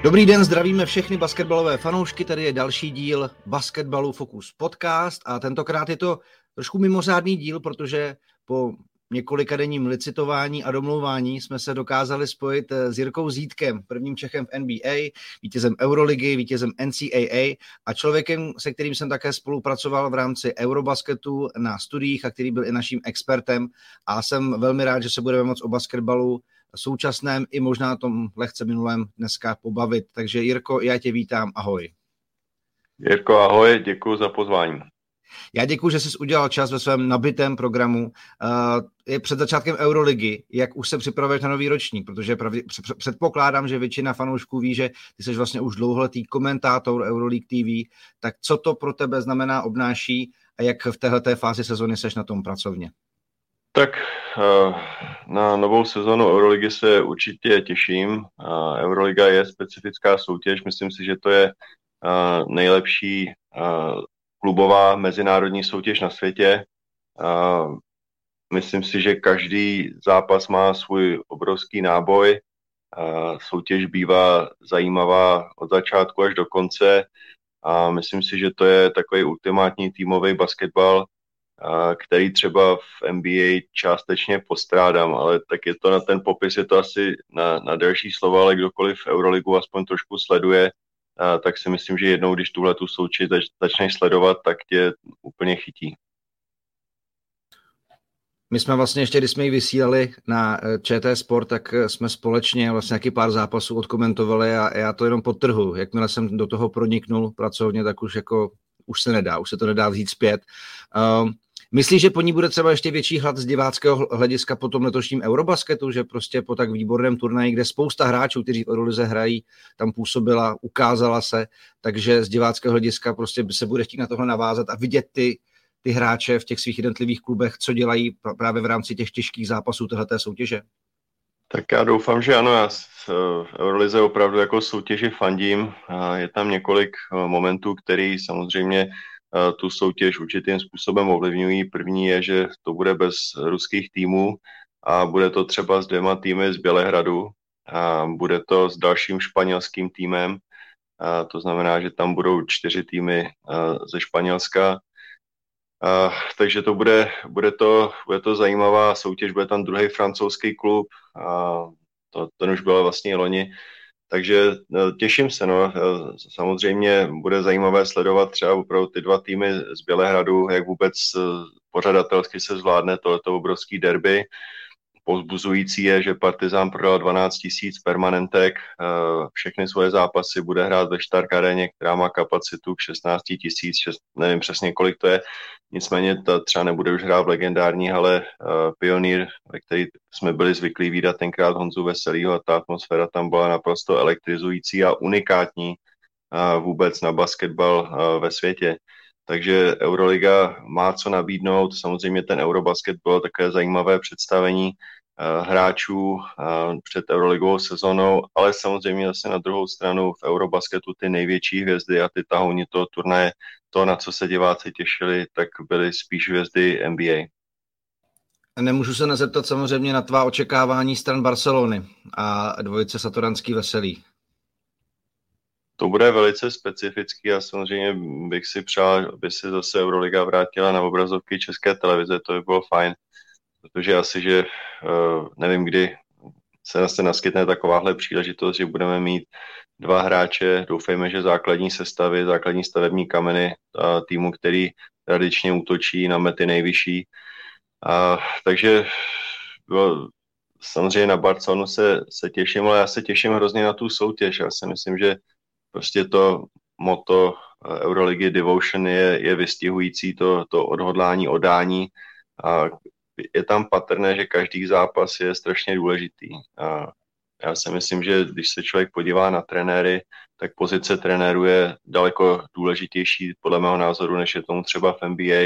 Dobrý den, zdravíme všechny basketbalové fanoušky, tady je další díl Basketbalu Focus podcast a tentokrát je to trošku mimořádný díl, protože po několikadenním licitování a domlouvání jsme se dokázali spojit s Jirkou Zítkem, prvním Čechem v NBA, vítězem Euroligy, vítězem NCAA a člověkem, se kterým jsem také spolupracoval v rámci Eurobasketu na studiích a který byl i naším expertem a jsem velmi rád, že se budeme moct o basketbalu současném i možná tom lehce minulém dneska pobavit. Takže Jirko, já tě vítám, ahoj. Jirko, ahoj, děkuji za pozvání. Já děkuji, že jsi udělal čas ve svém nabitém programu. Je před začátkem Euroligy, jak už se připravuješ na nový ročník, protože předpokládám, že většina fanoušků ví, že ty jsi vlastně už dlouholetý komentátor Euroleague TV, tak co to pro tebe znamená, obnáší a jak v téhleté fázi sezony seš na tom pracovně? Tak na novou sezonu Euroligy se určitě těším. Euroliga je specifická soutěž, myslím si, že to je nejlepší klubová mezinárodní soutěž na světě. Myslím si, že každý zápas má svůj obrovský náboj. Soutěž bývá zajímavá od začátku až do konce a myslím si, že to je takový ultimátní týmový basketbal, který třeba v NBA částečně postrádám, ale tak je to na ten popis, je to asi na delší slova, ale kdokoliv Euroligu aspoň trošku sleduje, tak si myslím, že jednou, když tuhle tu soutěž začneš sledovat, tak tě úplně chytí. My jsme vlastně ještě, když jsme ji vysílali na ČT Sport, tak jsme společně vlastně nějaký pár zápasů odkomentovali a já to jenom podtrhuji. Jakmile jsem do toho proniknul pracovně, tak už se to nedá vzít zpět. Myslíš, že po ní bude třeba ještě větší hlad z diváckého hlediska po tom letošním Eurobasketu, že prostě po tak výborném turnaji, kde spousta hráčů, kteří v Eurolize hrají, tam působila, ukázala se, takže z diváckého hlediska prostě se bude chtít na tohle navázat a vidět ty hráče v těch svých jednotlivých klubech, co dělají právě v rámci těch těžkých zápasů téhleté soutěže? Tak já doufám, že ano, já v Eurolize opravdu jako soutěži fandím. Je tam několik momentů, který samozřejmě tu soutěž určitým způsobem ovlivňují. První je, že to bude bez ruských týmů a bude to třeba s 2 týmy z Bělehradu a bude to s dalším španělským týmem. To znamená, že tam budou 4 týmy ze Španělska. Takže to bude to zajímavá soutěž, bude tam druhý francouzský klub, ten už byl vlastně loni. Takže těším se, samozřejmě bude zajímavé sledovat třeba opravdu ty 2 týmy z Bělehradu, jak vůbec pořadatelsky se zvládne tohleto obrovský derby. Povzbuzující je, že Partizán prodal 12 000 permanentek, všechny svoje zápasy bude hrát ve Stark aréně, která má kapacitu k 16 000, nevím přesně kolik to je, nicméně ta třeba nebude už hrát v legendární hale Pionýr, ve který jsme byli zvyklí vídat tenkrát Honzu Veselýho a ta atmosféra tam byla naprosto elektrizující a unikátní vůbec na basketbal ve světě. Takže Euroliga má co nabídnout, samozřejmě ten Eurobasket bylo takové zajímavé představení hráčů před Euroligovou sezónou, ale samozřejmě zase na druhou stranu v Eurobasketu ty největší hvězdy a ty tahouni toho turnaje, to, na co se diváci těšili, tak byly spíš hvězdy NBA. Nemůžu se nezeptat samozřejmě na tvá očekávání stran Barcelony a dvojice Satoranský Veselý. To bude velice specifický a samozřejmě bych si přál, aby se zase Euroliga vrátila na obrazovky České televize, to by bylo fajn, protože asi, že nevím, kdy se zase naskytne takováhle příležitost, že budeme mít 2 hráče, doufejme, že základní sestavy, základní stavební kameny týmu, který tradičně útočí na mety nejvyšší. Takže samozřejmě na Barcelonu se těším, ale já se těším hrozně na tu soutěž. Já si myslím, že prostě to motto Euroligy Devotion je vystihující, to odhodlání, odání. A je tam patrné, že každý zápas je strašně důležitý. A já si myslím, že když se člověk podívá na trenéry, tak pozice trenérů je daleko důležitější podle mého názoru, než je tomu třeba v NBA.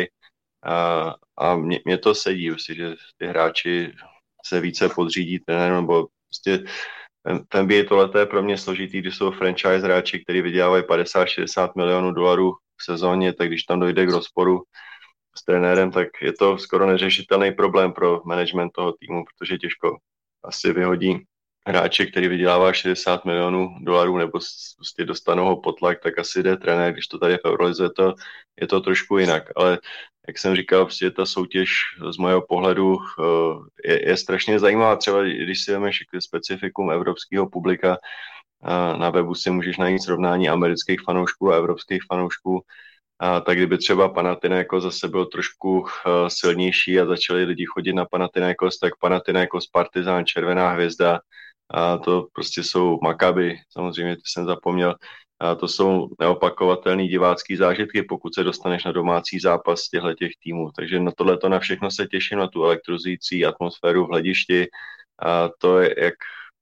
A mě to sedí, že ty hráči se více podřídí trenéru, nebo prostě v NBA tohleto je pro mě složitý, když jsou franchise hráči, kteří vydělávají 50-60 milionů dolarů v sezóně, tak když tam dojde k rozporu s trenérem, tak je to skoro neřešitelný problém pro management toho týmu, protože těžko asi vyhodí hráče, který vydělává 60 milionů dolarů nebo prostě dostanou ho pod tlak, tak asi jde trenér, když to tady v Eurolize je to trošku jinak. Ale jak jsem říkal, prostě ta soutěž z mého pohledu je strašně zajímavá. Třeba když si vezmeš specifikum evropského publika, na webu si můžeš najít srovnání amerických fanoušků a evropských fanoušků. Tak kdyby třeba Panathinaikos zase byl trošku silnější a začali lidi chodit na Panathinaikos, tak Panathinaikos, Partizán, Červená hvězda, a to prostě jsou Maccabi, samozřejmě ty jsem zapomněl, a to jsou neopakovatelné divácký zážitky, pokud se dostaneš na domácí zápas těch týmů. Takže na tohleto na všechno se těším, na tu elektrizující atmosféru v hledišti, a to je, jak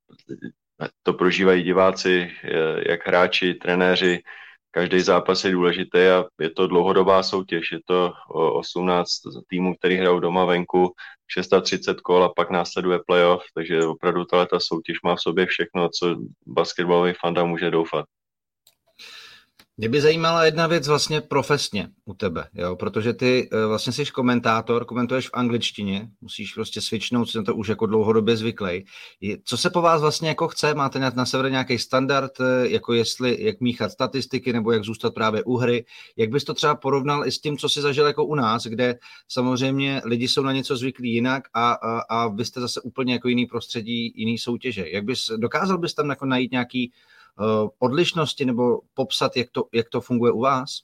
to prožívají diváci, jak hráči, trenéři. Každý zápas je důležitý a je to dlouhodobá soutěž. Je to 18 týmů, který hrajou doma venku, 630 kol a pak následuje playoff, takže opravdu ta soutěž má v sobě všechno, co basketbalový fanda může doufat. Mě by zajímala jedna věc vlastně profesně u tebe, jo? Protože ty vlastně jsi komentátor, komentuješ v angličtině, musíš prostě switchnout, si na to už jako dlouhodobě zvyklej. Co se po vás vlastně jako chce? Máte na serveru nějaký standard, jako jak míchat statistiky nebo jak zůstat právě u hry? Jak bys to třeba porovnal i s tím, co jsi zažil jako u nás, kde samozřejmě lidi jsou na něco zvyklí jinak a vy jste zase úplně jako jiný prostředí, jiný soutěže. Dokázal bys tam jako najít nějaký odlišnosti nebo popsat, jak to funguje u vás?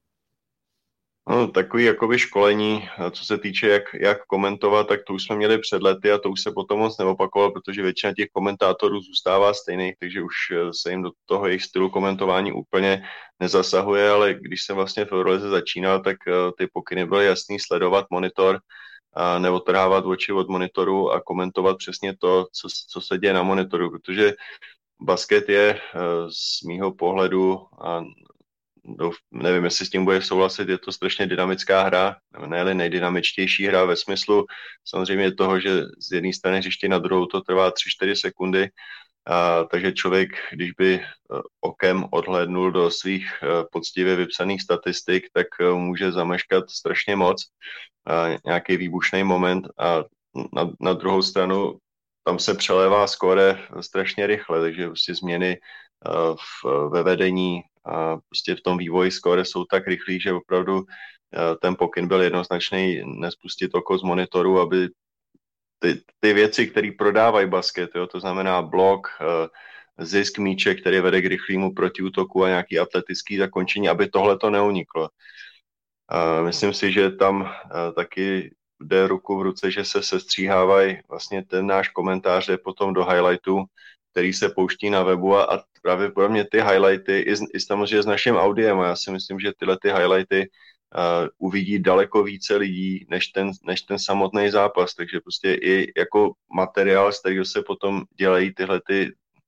No, takový jakoby školení, co se týče jak komentovat, tak to už jsme měli před lety a to už se potom moc neopakovalo, protože většina těch komentátorů zůstává stejných, takže už se jim do toho jejich stylu komentování úplně nezasahuje, ale když jsem vlastně v Eurolize začínal, tak ty pokyny byly jasný, sledovat monitor, a neotrhávat oči od monitoru a komentovat přesně to, co se děje na monitoru, protože basket je z mýho pohledu, a nevím, jestli s tím bude souhlasit, je to strašně dynamická hra, ne-li nejdynamičtější hra ve smyslu samozřejmě toho, že z jedné strany hřiště na druhou to trvá 3-4 sekundy, takže člověk, když by okem odhlédnul do svých poctivě vypsaných statistik, tak může zameškat strašně moc, nějaký výbušný moment a na druhou stranu tam se přelévá skóre strašně rychle, takže prostě změny ve vedení a prostě v tom vývoji skóre jsou tak rychlý, že opravdu ten pokyn byl jednoznačný nespustit oko z monitoru, aby ty věci, které prodávají basket, jo, to znamená blok, zisk míče, který vede k rychlému protiútoku a nějaký atletický zakončení, aby tohle to neuniklo. Myslím si, že tam taky jde ruku v ruce, že se sestříhávají vlastně ten náš komentář je potom do highlightu, který se pouští na webu a právě pro mě ty highlighty i samozřejmě s naším audiem a já si myslím, že tyhle ty highlighty uvidí daleko více lidí než ten samotný zápas, takže prostě i jako materiál, z kterého se potom dělají tyhle ty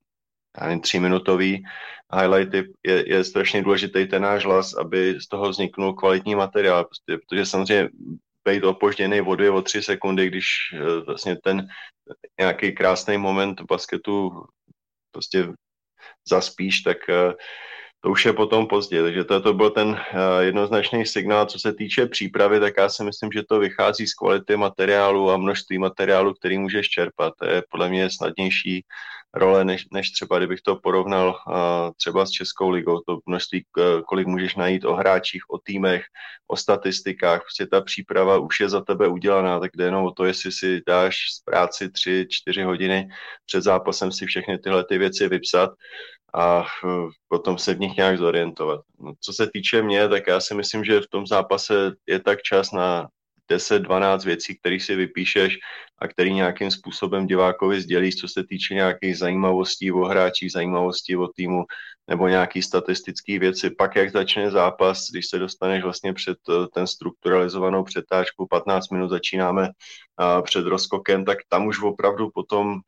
3-minutový highlighty, je strašně důležitý ten náš hlas, aby z toho vzniknul kvalitní materiál, prostě, protože samozřejmě být opožděný o 2, o 3 sekundy, když vlastně ten nějaký krásný moment v basketu prostě zaspíš, tak to už je potom pozdě. Takže to byl ten jednoznačný signál, co se týče přípravy, tak já si myslím, že to vychází z kvality materiálu a množství materiálu, který můžeš čerpat. To je podle mě snadnější role, než třeba, kdybych to porovnal třeba s Českou ligou. To množství, kolik můžeš najít o hráčích, o týmech, o statistikách. Prostě ta příprava už je za tebe udělaná, tak jde jenom o to, jestli si dáš z práci 3-4 hodiny před zápasem si všechny tyhle ty věci vypsat a potom se v nich nějak zorientovat. No, co se týče mě, tak já si myslím, že v tom zápase je tak čas na 10-12 věcí, které si vypíšeš a který nějakým způsobem divákovi sdělíš, co se týče nějakých zajímavostí o hráčích, zajímavostí o týmu nebo nějaký statistické věci. Pak, jak začne zápas, když se dostaneš vlastně před ten strukturalizovanou přetáčku, 15 minut začínáme před rozkokem, tak tam už opravdu potom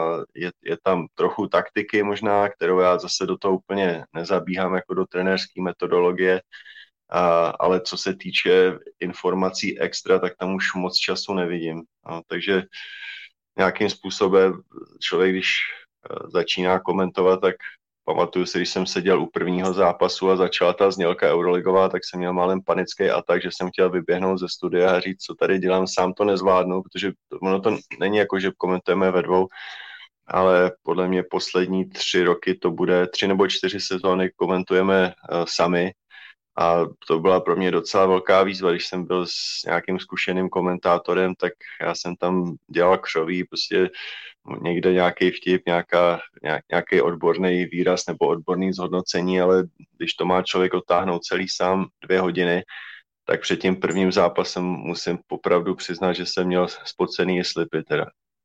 je tam trochu taktiky možná, kterou já zase do toho úplně nezabíhám jako do trenérské metodologie, ale co se týče informací extra, tak tam už moc času nevidím. Takže nějakým způsobem člověk, když začíná komentovat, tak pamatuju si, když jsem seděl u prvního zápasu a začala ta znělka euroligová, tak jsem měl málem panický atak, že jsem chtěl vyběhnout ze studia a říct, co tady dělám, sám to nezvládnu, protože ono to není jako, že komentujeme ve dvou, ale podle mě poslední 3 roky to bude 3 nebo 4 sezóny komentujeme sami. A to byla pro mě docela velká výzva, když jsem byl s nějakým zkušeným komentátorem, tak já jsem tam dělal křoví, prostě někde nějaký vtip, nějaký odborný výraz nebo odborný zhodnocení, ale když to má člověk otáhnout celý sám 2 hodiny, tak před tím prvním zápasem musím opravdu přiznat, že jsem měl spocený slipy teda.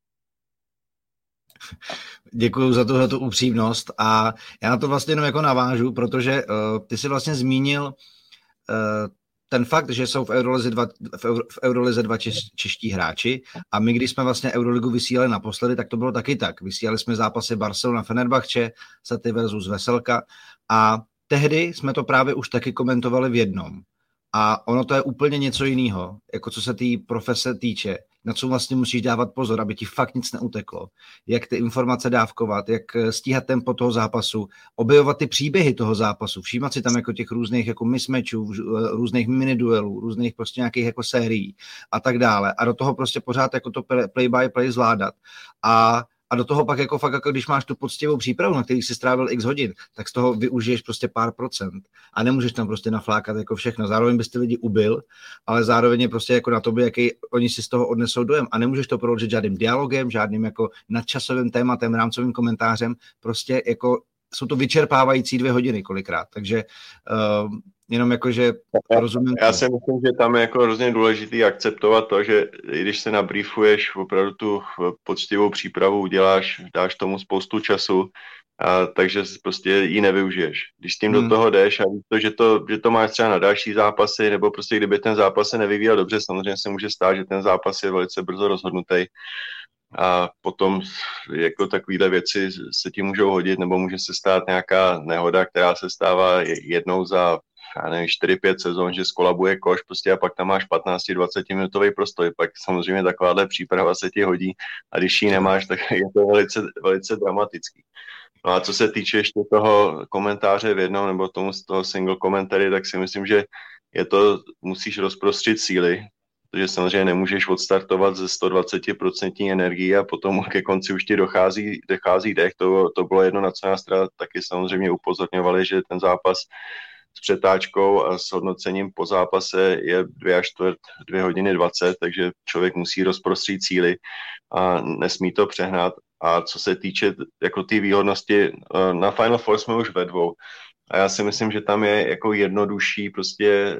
Děkuju za tuhletu upřímnost a já na to vlastně jenom jako navážu, protože ty jsi vlastně zmínil ten fakt, že jsou v Eurolize dva čeští hráči a my, když jsme vlastně Euroligu vysílali naposledy, tak to bylo taky tak. Vysílali jsme zápasy Barcelona Fenerbahce, Saty versus Veselka a tehdy jsme to právě už taky komentovali v jednom. A ono to je úplně něco jiného, jako co se té profese týče, na co vlastně musíš dávat pozor, aby ti fakt nic neuteklo, jak ty informace dávkovat, jak stíhat tempo toho zápasu, objevovat ty příběhy toho zápasu, všímat si tam jako těch různých jako mismatchů, různých miniduelů, různých prostě nějakých jako sérií a tak dále. A do toho prostě pořád jako to play by play zvládat. A do toho pak jako fakt, jako když máš tu poctivou přípravu, na který jsi strávil x hodin, tak z toho využiješ prostě pár procent a nemůžeš tam prostě naflákat jako všechno. Zároveň bys ty lidi ubil, ale zároveň je prostě jako na tobě, jaký oni si z toho odnesou dojem a nemůžeš to proložit žádným dialogem, žádným jako nadčasovým tématem, rámcovým komentářem, prostě jako jsou to vyčerpávající 2 hodiny kolikrát, takže jenom jakože rozumím. Já si myslím, že tam je jako hrozně důležitý akceptovat to, že když se nabriefuješ opravdu tu poctivou přípravu uděláš, dáš tomu spoustu času, takže prostě ji nevyužiješ. Když s tím do toho jdeš a víš to, že to máš třeba na další zápasy, nebo prostě kdyby ten zápas se nevyvíjel dobře, samozřejmě se může stát, že ten zápas je velice brzo rozhodnutý. A potom jako takovýhle věci se ti můžou hodit, nebo může se stát nějaká nehoda, která se stává jednou za 4-5 sezon, že skolabuje koš prostě a pak tam máš 15-20 minutový prostor, pak samozřejmě takováhle příprava se ti hodí a když ji nemáš, tak je to velice, velice dramatický. No a co se týče ještě toho komentáře v jednom nebo toho single commentary, tak si myslím, že musíš rozprostřit síly, protože samozřejmě nemůžeš odstartovat ze 120% energií a potom ke konci už ti dochází dech. To bylo jedno, na co nás taky samozřejmě upozorňovali, že ten zápas s přetáčkou a s hodnocením po zápase je 2 hodiny 20, takže člověk musí rozprostřít síly a nesmí to přehnat. A co se týče jako té výhodnosti, na Final Four jsme už ve 2. A já si myslím, že tam je jako jednodušší prostě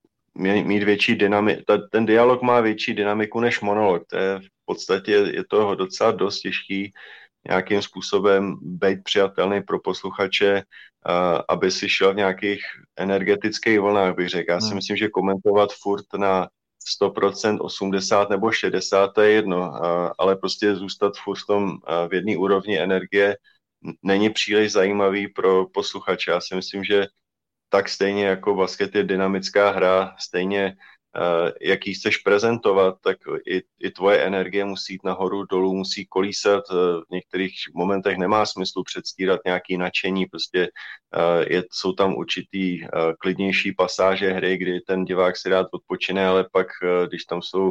mít větší dynamiku. Ten dialog má větší dynamiku než monolog. To je v podstatě je to docela dost těžký nějakým způsobem být přijatelný pro posluchače, aby si šel v nějakých energetických vlnách, bych řekl. Já si myslím, že komentovat furt na 100%, 80 nebo 60, to je jedno, ale prostě zůstat furt v jedné úrovni energie není příliš zajímavý pro posluchače. Já si myslím, že tak stejně jako basket je dynamická hra, stejně jak ji chceš prezentovat, tak i tvoje energie musí jít nahoru, dolů, musí kolísat. V některých momentech nemá smyslu předstírat nějaké nadšení, prostě jsou tam určitý klidnější pasáže hry, kdy ten divák si rád odpočine, ale pak, když tam jsou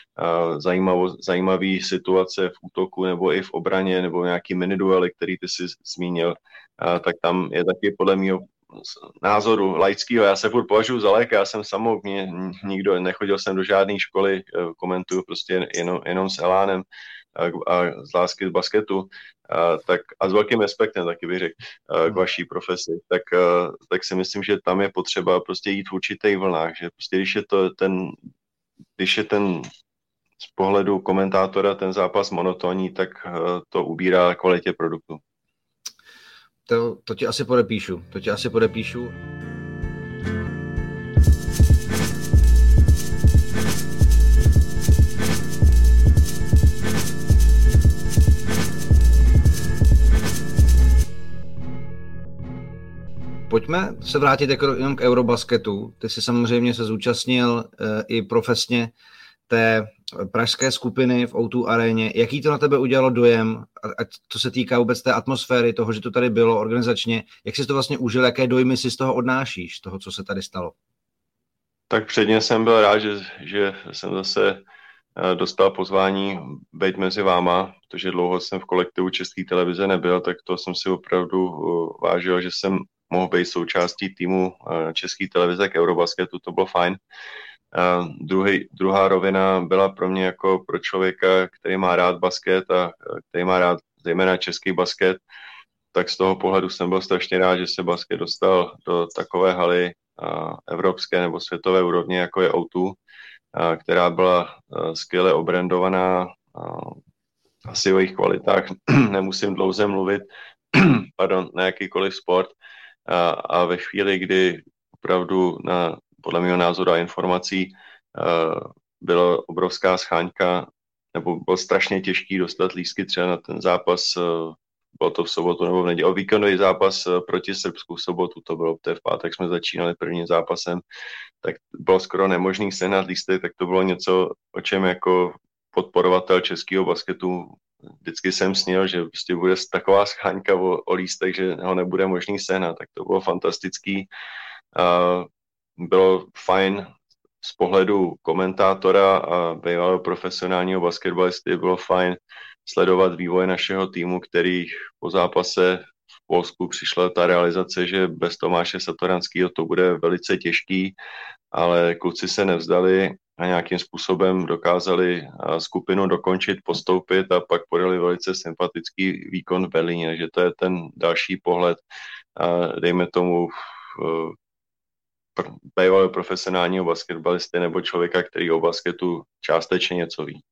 zajímavé situace v útoku nebo i v obraně, nebo nějaký miniduely, který ty si zmínil, tak tam je taky podle mého názoru laického. Já se furt považuji za laika, já jsem samouk, nechodil jsem do žádné školy, komentuju prostě jenom s elánem a z lásky z basketu, a s velkým respektem taky bych řekl k vaší profesi, tak si myslím, že tam je potřeba prostě jít v určitých vlnách, že prostě když je ten z pohledu komentátora ten zápas monotónní, tak to ubírá kvalitě produktu. To ti asi podepíšu. Pojďme se vrátit jenom k Eurobasketu. Ty jsi samozřejmě se zúčastnil i profesně té pražské skupiny v O2 aréně. Jaký to na tebe udělalo dojem, a co se týká vůbec té atmosféry, toho, že to tady bylo organizačně, jak jsi to vlastně užil, jaké dojmy si z toho odnášíš, z toho, co se tady stalo? Tak předně jsem byl rád, že jsem zase dostal pozvání být mezi váma, protože dlouho jsem v kolektivu České televize nebyl, tak to jsem si opravdu vážil, že jsem mohl být součástí týmu České televize k Eurobasketu, to bylo fajn. Druhá rovina byla pro mě jako pro člověka, který má rád basket a který má rád zejména český basket, tak z toho pohledu jsem byl strašně rád, že se basket dostal do takové haly evropské nebo světové úrovně, jako je O2, která byla skvěle obrandovaná. Asi o jejich kvalitách nemusím dlouze mluvit, na jakýkoliv sport. A ve chvíli, kdy opravdu podle mého názoru a informací byla obrovská scháňka, nebo bylo strašně těžký dostat lístky třeba na ten zápas, bylo to v sobotu nebo v neděli, o víkendový zápas proti Srbsku v sobotu, to bylo, v pátek jsme začínali prvním zápasem, tak bylo skoro nemožný sehnat lístek, tak to bylo něco, o čem jako podporovatel českého basketu vždycky jsem snil, že prostě bude taková scháňka o lístek, že ho nebude možný sehnat, tak to bylo fantastický. Bylo fajn z pohledu komentátora a bývalého profesionálního basketbalisty, bylo fajn sledovat vývoj našeho týmu, který po zápase v Polsku přišla ta realizace, že bez Tomáše Satoranského to bude velice těžký, ale kluci se nevzdali a nějakým způsobem dokázali skupinu dokončit, postoupit a pak podali velice sympatický výkon v Berlíně, že to je ten další pohled, dejme tomu bývalého profesionálního basketbalisty nebo člověka, který o basketu částečně něco ví.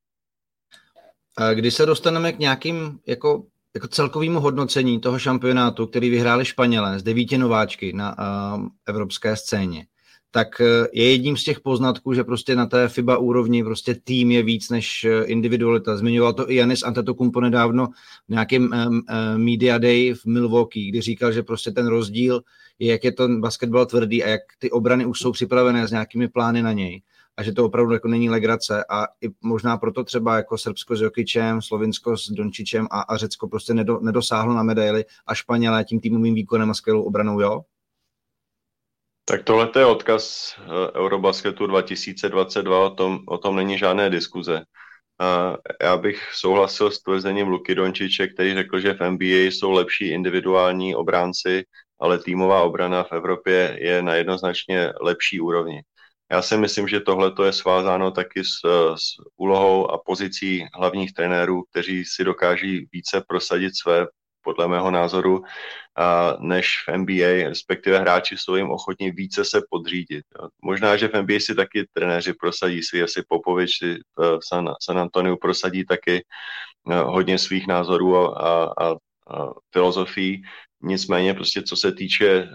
Když se dostaneme k nějakým jako celkovému hodnocení toho šampionátu, který vyhráli Španělé z 9 nováčky na evropské scéně, tak je jedním z těch poznatků, že prostě na té FIBA úrovni prostě tým je víc než individualita. Zmiňoval to i Giannis Antetokounmpo nedávno v nějakém Media Day v Milwaukee, kdy říkal, že prostě ten rozdíl je, jak je to basketbal tvrdý a jak ty obrany už jsou připravené s nějakými plány na něj. A že to opravdu jako není legrace a i možná proto třeba jako Srbsko s Jokićem, Slovinsko s Dončičem a Řecko prostě nedosáhlo na medaily a Španělé tím týmovým výkonem a skvělou obranou, jo? Tak tohle je odkaz Eurobasketu 2022, o tom není žádné diskuze. Já bych souhlasil s tvrzením Luky Dončiče, který řekl, že v NBA jsou lepší individuální obránci, ale týmová obrana v Evropě je na jednoznačně lepší úrovni. Já si myslím, že tohle je svázáno taky s úlohou a pozicí hlavních trenérů, kteří si dokáží více prosadit své, podle mého názoru, než v NBA, respektive hráči jsou jim ochotní více se podřídit. Možná, že v NBA si taky trenéři prosadí svý, asi Popovič si v San Antoniu prosadí taky hodně svých názorů a filozofií. Nicméně prostě co se týče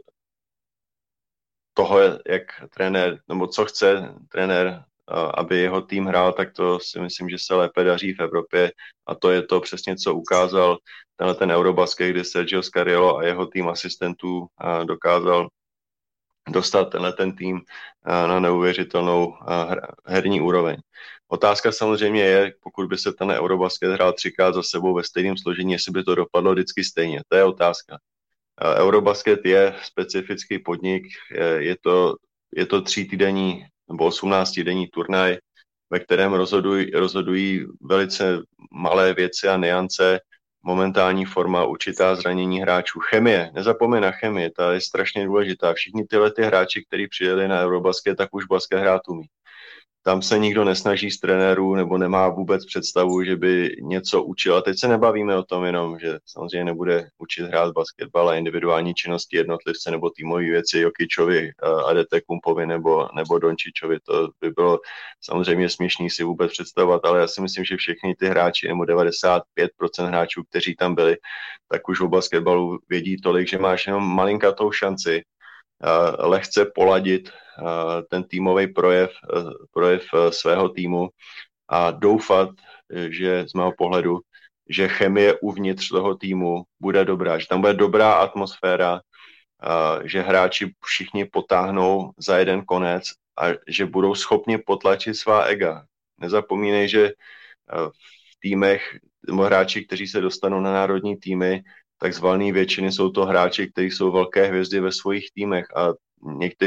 toho, jak trenér, nebo co chce trenér, aby jeho tým hrál, tak to si myslím, že se lépe daří v Evropě a to je to přesně, co ukázal ten Eurobasket, kdy Sergio Scariolo a jeho tým asistentů dokázal dostat ten tým na neuvěřitelnou herní úroveň. Otázka samozřejmě je, pokud by se ten Eurobasket hrál 3krát za sebou ve stejném složení, jestli by to dopadlo vždycky stejně. To je otázka. Eurobasket je specifický podnik, je to 3týdenní nebo 18denní turnaj, ve kterém rozhodují velice malé věci a nuance, momentální forma, určitá zranění hráčů. Chemie, nezapomeň na chemii, ta je strašně důležitá. Všichni tyhle hráči, kteří přijeli na Eurobasket, tak už basket hrát umí. Tam se nikdo nesnaží z trenérů nebo nemá vůbec představu, že by něco učil. A teď se nebavíme o tom jenom, že samozřejmě nebude učit hrát basketbal a individuální činnosti jednotlivce nebo týmové věci Jokićovi, Antetokounmpovi nebo Dončičovi. To by bylo samozřejmě směšný si vůbec představovat, ale já si myslím, že všichni ty hráči nebo 95% hráčů, kteří tam byli, tak už o basketbalu vědí tolik, že máš jenom malinkatou šanci lehce poladit ten týmový projev svého týmu a doufat, že z mého pohledu, že chemie uvnitř toho týmu bude dobrá, že tam bude dobrá atmosféra, že hráči všichni potáhnou za jeden konec a že budou schopni potlačit svá ega. Nezapomínej, že v týmech hráči, kteří se dostanou na národní týmy, tak z valné většiny jsou to hráči, kteří jsou velké hvězdy ve svých týmech a někteří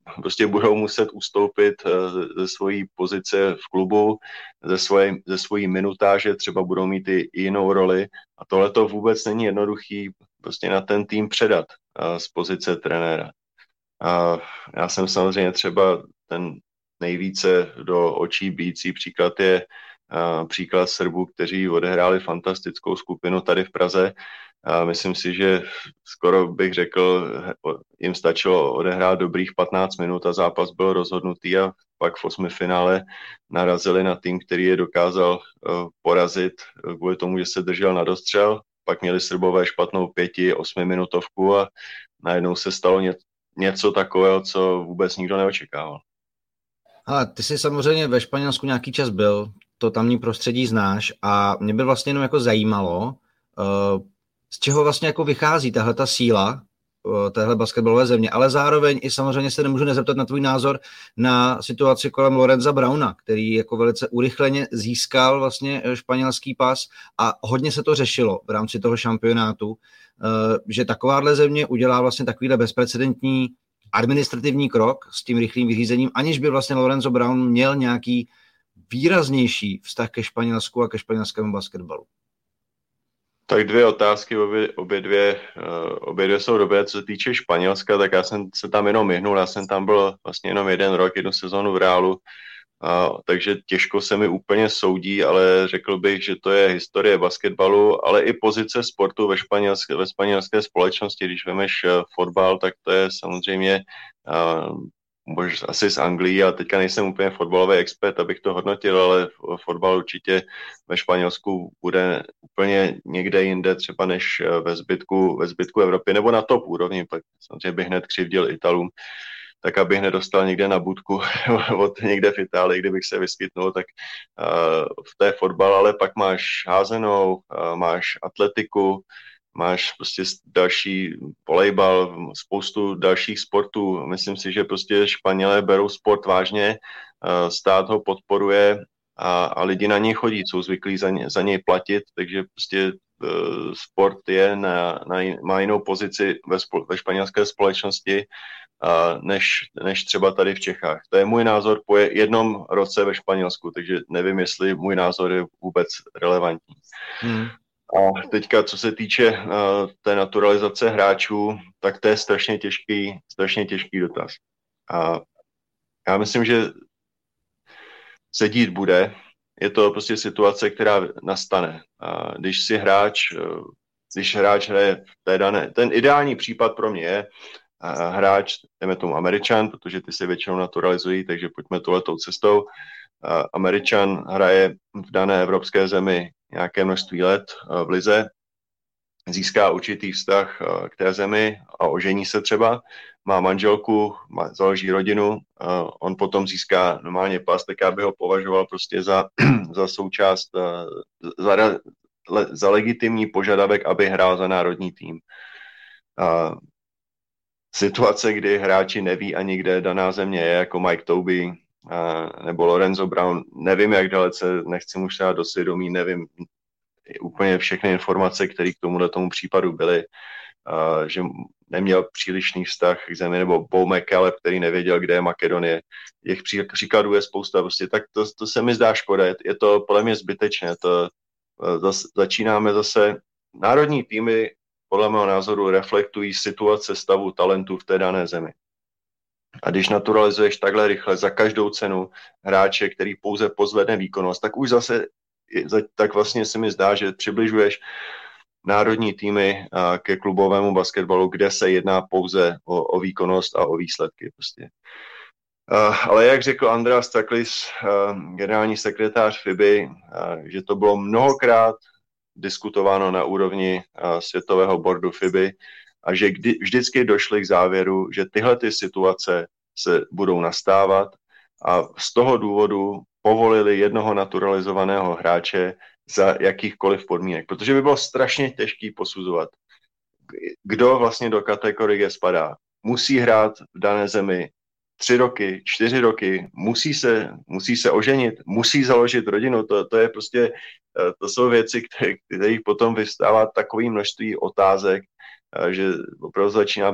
prostě budou muset ustoupit ze svojí pozice v klubu, ze svojí minutáže, třeba budou mít i jinou roli a tohle to vůbec není jednoduchý prostě na ten tým předat z pozice trenéra. A já jsem samozřejmě třeba ten nejvíce do očí bíjící příklad je příklad Srbů, kteří odehráli fantastickou skupinu tady v Praze. A myslím si, že skoro bych řekl, jim stačilo odehrát dobrých 15 minut a zápas byl rozhodnutý a pak v 8finále narazili na tým, který je dokázal porazit kvůli tomu, že se držel na dostřel. Pak měli Srbové špatnou 5-8 minutovku a najednou se stalo něco takového, co vůbec nikdo neočekával. Ale ty jsi samozřejmě ve Španělsku nějaký čas byl, to tamní prostředí znáš a mě by vlastně jenom jako zajímalo, z čeho vlastně jako vychází tahle ta síla téhle basketbalové země, ale zároveň i samozřejmě se nemůžu nezeptat na tvůj názor na situaci kolem Lorenza Brauna, který jako velice urychleně získal vlastně španělský pas a hodně se to řešilo v rámci toho šampionátu, že takováhle země udělá vlastně takovýhle bezprecedentní administrativní krok s tím rychlým vyřízením, aniž by vlastně Lorenzo Brown měl nějaký výraznější vztah ke Španělsku a ke španělskému basketbalu. Tak dvě otázky, obě dvě jsou dobré. Co se týče Španělska, tak já jsem se tam jenom myhnul, já jsem tam byl vlastně jenom 1 rok, 1 sezónu v Reálu, takže těžko se mi úplně soudí, ale řekl bych, že to je historie basketbalu, ale i pozice sportu ve španělské společnosti. Když vemeš fotbal, tak to je samozřejmě možná asi z Anglii, a teďka nejsem úplně fotbalový expert, abych to hodnotil, ale fotbal určitě ve Španělsku bude úplně někde jinde třeba než ve zbytku Evropy, nebo na top úrovni, pak samozřejmě bych hned křivdil Italům, tak abych nedostal někde na budku od někde v Itálii, kdybych se vyskytnul, tak v té fotbal, ale pak máš házenou, máš atletiku, máš prostě další volejbal, spoustu dalších sportů. Myslím si, že prostě Španělé berou sport vážně, stát ho podporuje a lidi na něj chodí, jsou zvyklí za něj platit, takže prostě sport je má jinou pozici ve španělské společnosti než třeba tady v Čechách. To je můj názor po jednom roce ve Španělsku, takže nevím, jestli můj názor je vůbec relevantní. A teďka, co se týče té naturalizace hráčů, tak to je strašně těžký dotaz. A já myslím, že se dít bude. Je to prostě situace, která nastane. A když hráč hraje v té dané, ten ideální případ pro mě je hráč, jdeme tomu Američan, protože ty se většinou naturalizují, takže pojďme touhletou cestou. Američan hraje v dané evropské zemi nějaké množství let v lize, získá určitý vztah k té zemi a ožení se třeba, má manželku, založí rodinu, on potom získá normálně pas, tak já bych ho považoval prostě za součást, za legitimní požadavek, aby hrál za národní tým. Situace, kdy hráči neví ani kde daná země je, jako Mike Tobey nebo Lorenzo Brown, nevím, jak dalece, nechci mu šát do svědomí, nevím úplně všechny informace, které k tomu případu byly, že neměl přílišný vztah k zemi, nebo Bo McCallum, který nevěděl, kde je Makedonie. Těch příkladů je spousta, prostě, tak to se mi zdá škoda, je to podle mě zbytečné, začínáme zase, národní týmy podle mého názoru reflektují situace stavu talentů v té dané zemi. A když naturalizuješ takhle rychle za každou cenu hráče, který pouze pozvedne výkonnost, tak už zase tak vlastně se mi zdá, že přibližuješ národní týmy ke klubovému basketbalu, kde se jedná pouze o výkonnost a o výsledky. Prostě. Ale jak řekl Andreas Straklis, generální sekretář FIBY, že to bylo mnohokrát diskutováno na úrovni světového boardu FIBY a že vždycky došli k závěru, že tyhle ty situace se budou nastávat a z toho důvodu povolili jednoho naturalizovaného hráče za jakýchkoliv podmínek, protože by bylo strašně těžký posuzovat, kdo vlastně do kategorie spadá. Musí hrát v dané zemi 3 roky, 4 roky, musí se oženit, musí založit rodinu, to je prostě, to jsou věci, kterých potom vystává takové množství otázek, že opravdu začíná být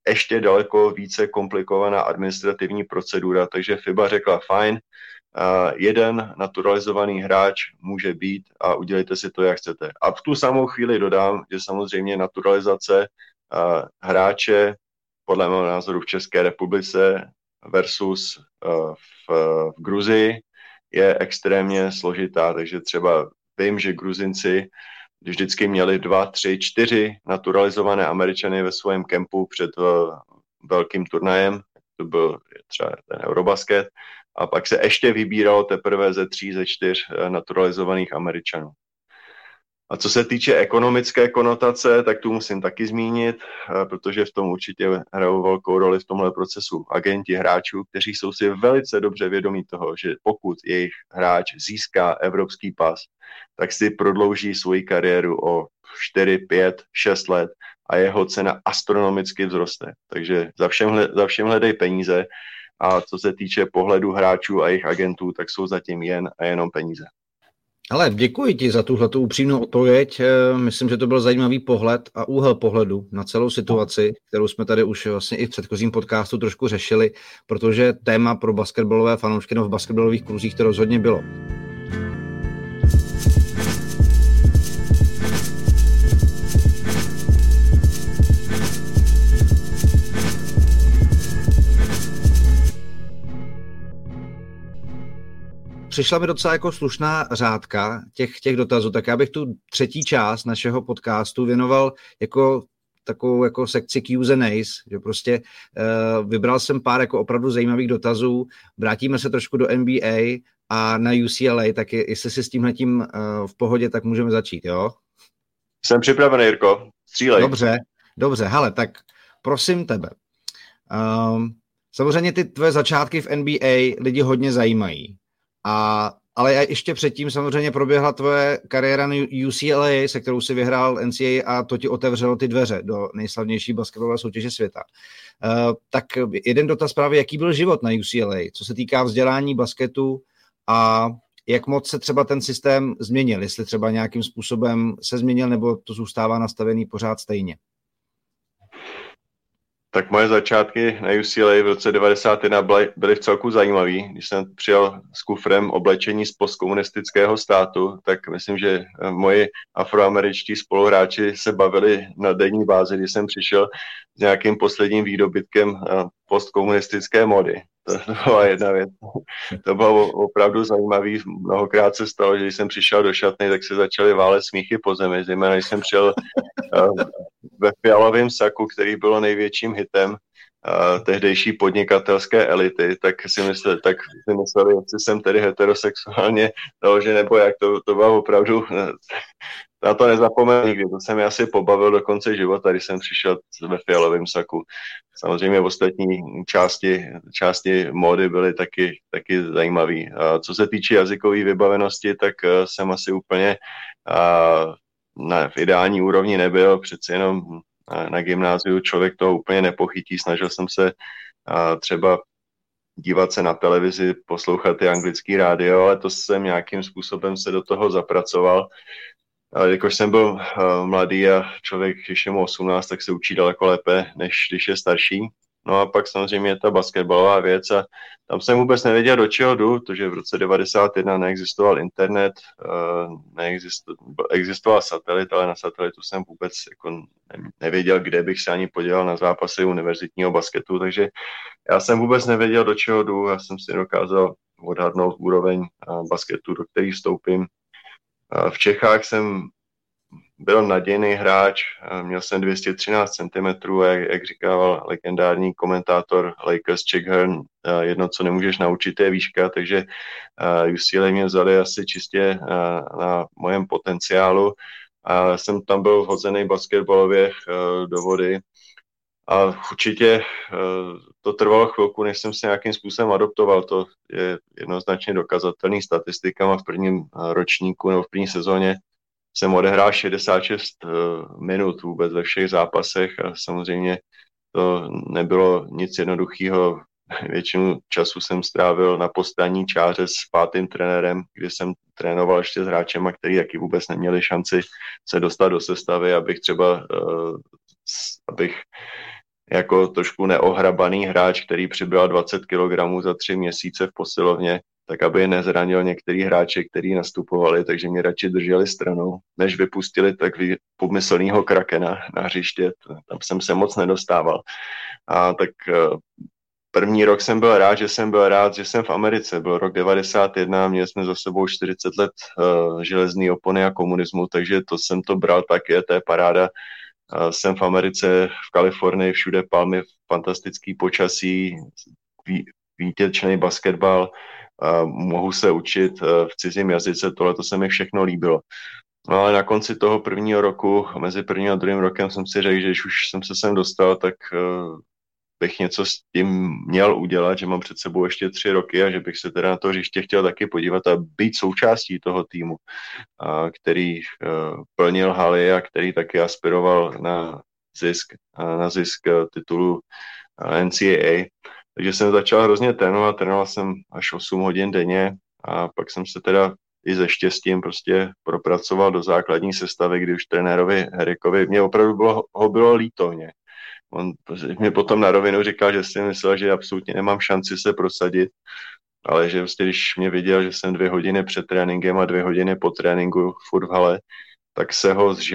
ještě daleko více komplikovaná administrativní procedura, takže FIBA řekla fajn, jeden naturalizovaný hráč může být a udělejte si to, jak chcete. A v tu samou chvíli dodám, že samozřejmě naturalizace hráče podle mého názoru v České republice versus v Gruzii je extrémně složitá, takže třeba vím, že Gruzinci vždycky měli 2, 3, 4 naturalizované Američany ve svém kempu před velkým turnajem, to byl třeba ten Eurobasket, a pak se ještě vybíralo teprve ze 3, ze 4 naturalizovaných Američanů. A co se týče ekonomické konotace, tak tu musím taky zmínit, protože v tom určitě hrajou velkou roli v tomhle procesu agenti hráčů, kteří jsou si velice dobře vědomí toho, že pokud jejich hráč získá evropský pas, tak si prodlouží svoji kariéru o 4, 5, 6 let a jeho cena astronomicky vzroste. Takže za všem hledej peníze a co se týče pohledu hráčů a jejich agentů, tak jsou zatím jen a jenom peníze. Ale děkuji ti za tuhletu upřímnou odpověď. Myslím, že to byl zajímavý pohled a úhel pohledu na celou situaci, kterou jsme tady už vlastně i v předchozím podcastu trošku řešili, protože téma pro basketbalové fanoušky v basketbalových kruzích to rozhodně bylo. Přišla mi docela jako slušná řádka těch dotazů, tak já bych tu třetí část našeho podcastu věnoval jako takovou jako sekci Q's and A's, že prostě vybral jsem pár jako opravdu zajímavých dotazů, vrátíme se trošku do NBA a na UCLA, tak jestli si s tímhletím v pohodě, tak můžeme začít, jo? Jsem připravený, Jirko, střílej. Dobře, hele, tak prosím tebe. Samozřejmě ty tvoje začátky v NBA lidi hodně zajímají. Ale ještě předtím samozřejmě proběhla tvoje kariéra na UCLA, se kterou si vyhrál NCAA a to ti otevřelo ty dveře do nejslavnější basketbalové soutěže světa. Tak jeden dotaz právě, jaký byl život na UCLA, co se týká vzdělání basketu a jak moc se třeba ten systém změnil, jestli třeba nějakým způsobem se změnil nebo to zůstává nastavený pořád stejně. Tak moje začátky na UCLA v roce 1991 byly v celku zajímavý. Když jsem přijel s kufrem oblečení z postkomunistického státu, tak myslím, že moji afroameričtí spoluhráči se bavili na denní bázi, když jsem přišel s nějakým posledním výdobytkem postkomunistické módy. To byla jedna věc. To bylo opravdu zajímavý. Mnohokrát se stalo, že když jsem přišel do šatny, tak se začaly válet smíchy po zemi. Zejména když jsem přijel ve fialovém saku, který bylo největším hitem tehdejší podnikatelské elity, tak si mysleli, jestli jsem tedy heterosexuálně založen, nebo jak to bylo opravdu, na to nezapomenu nikdy, to se mi asi pobavil do konce života, když jsem přišel ve fialovém saku. Samozřejmě ostatní části módy byly taky zajímavé. Co se týče jazykové vybavenosti, tak jsem asi úplně v ideální úrovni nebyl, přeci jenom na gymnáziu člověk to úplně nepochytí. Snažil jsem se třeba dívat se na televizi, poslouchat ty anglický rádio, ale to jsem nějakým způsobem se do toho zapracoval. Jakož jsem byl mladý a člověk, když je mu 18, tak se učí daleko lépe, než když je starší. No a pak samozřejmě je ta basketbalová věc a tam jsem vůbec nevěděl, do čeho jdu, protože v roce 1991 neexistoval internet, existoval satelit, ale na satelitu jsem vůbec jako nevěděl, kde bych se ani podíval na zápasy univerzitního basketu, takže já jsem vůbec nevěděl, do čeho jdu, já jsem si dokázal odhadnout úroveň basketu, do který vstoupím. V Čechách jsem byl nadějný hráč, měl jsem 213 cm a jak říkával legendární komentátor Lakers Chuck Hearn, jedno, co nemůžeš naučit, je výška, takže UCLA mě vzali asi čistě na mojem potenciálu a jsem tam byl vhozený basketbalově do vody a určitě to trvalo chvilku, než jsem se nějakým způsobem adoptoval, to je jednoznačně dokazatelný statistikama v prvním ročníku nebo v první sezóně. Jsem odehrál 66 minut vůbec ve všech zápasech a samozřejmě to nebylo nic jednoduchého. Většinu času jsem strávil na postranní čáře s 5. trenérem, kde jsem trénoval ještě s hráčema, kteří taky vůbec neměli šanci se dostat do sestavy, abych jako trošku neohrabaný hráč, který přibral 20 kg za 3 měsíce v posilovně, tak aby nezranil některý hráče, kteří nastupovali, takže mě radši drželi stranou, než vypustili takový pomyslnýho krakena na hřiště. Tam jsem se moc nedostával. A tak první rok jsem byl rád, že jsem v Americe. Byl rok 91, měli jsme za sebou 40 let železný opony a komunismu, takže to jsem to bral tak, to je paráda. Jsem v Americe, v Kalifornii, všude palmy, fantastický počasí, výtečný basketbal, mohu se učit v cizím jazyce, tohle to se mi všechno líbilo. No ale na konci toho prvního roku, mezi prvním a druhým rokem jsem si řekl, že když už jsem se sem dostal, tak bych něco s tím měl udělat, že mám před sebou ještě 3 roky a že bych se teda na to hřiště chtěl taky podívat a být součástí toho týmu, který plnil haly a který taky aspiroval na zisk titulu NCAA. Takže jsem začal hrozně trénoval jsem až 8 hodin denně a pak jsem se teda i se štěstím prostě propracoval do základní sestavy, kdy už trenérovi Herikovi, mě opravdu bylo líto mě. On mě potom na rovinu říkal, že si myslel, že absolutně nemám šanci se prosadit, ale že vlastně, když mě viděl, že jsem 2 hodiny před tréninkem a 2 hodiny po tréninku furt v hale, tak se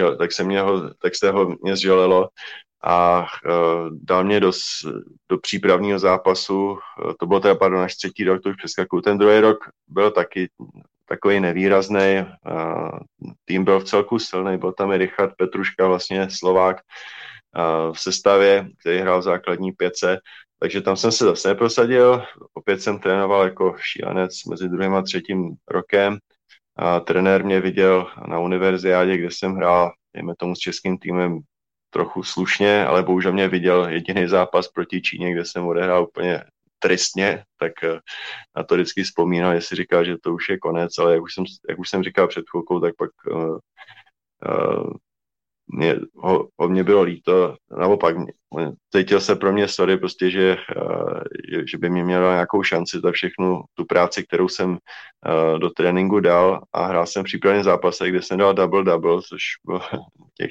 mě zželelo a dal mě do přípravního zápasu, to bylo teda, až 3. rok, to už přeskakuju. Ten druhý rok byl taky takový nevýrazný, tým byl v celku silný, byl tam i Richard Petruška, vlastně Slovák, v sestavě, který hrál v základní 5, takže tam jsem se zase neprosadil, opět jsem trénoval jako šílenec mezi 2. a 3. rokem a trenér mě viděl na univerziádě, kde jsem hrál, dejme tomu s českým týmem trochu slušně, ale bohužel mě viděl jediný zápas proti Číně, kde jsem odehrál úplně tristně, tak na to vždycky vzpomínal, že si říkal, že to už je konec, ale jak už jsem říkal před chvilkou, tak pak mě bylo líto, naopak cítil se pro mě sorry, prostě, že by mě měla nějakou šanci za všechnu tu práci, kterou jsem do tréninku dal a hrál jsem přípravně zápase, kde jsem dal double, což bylo těch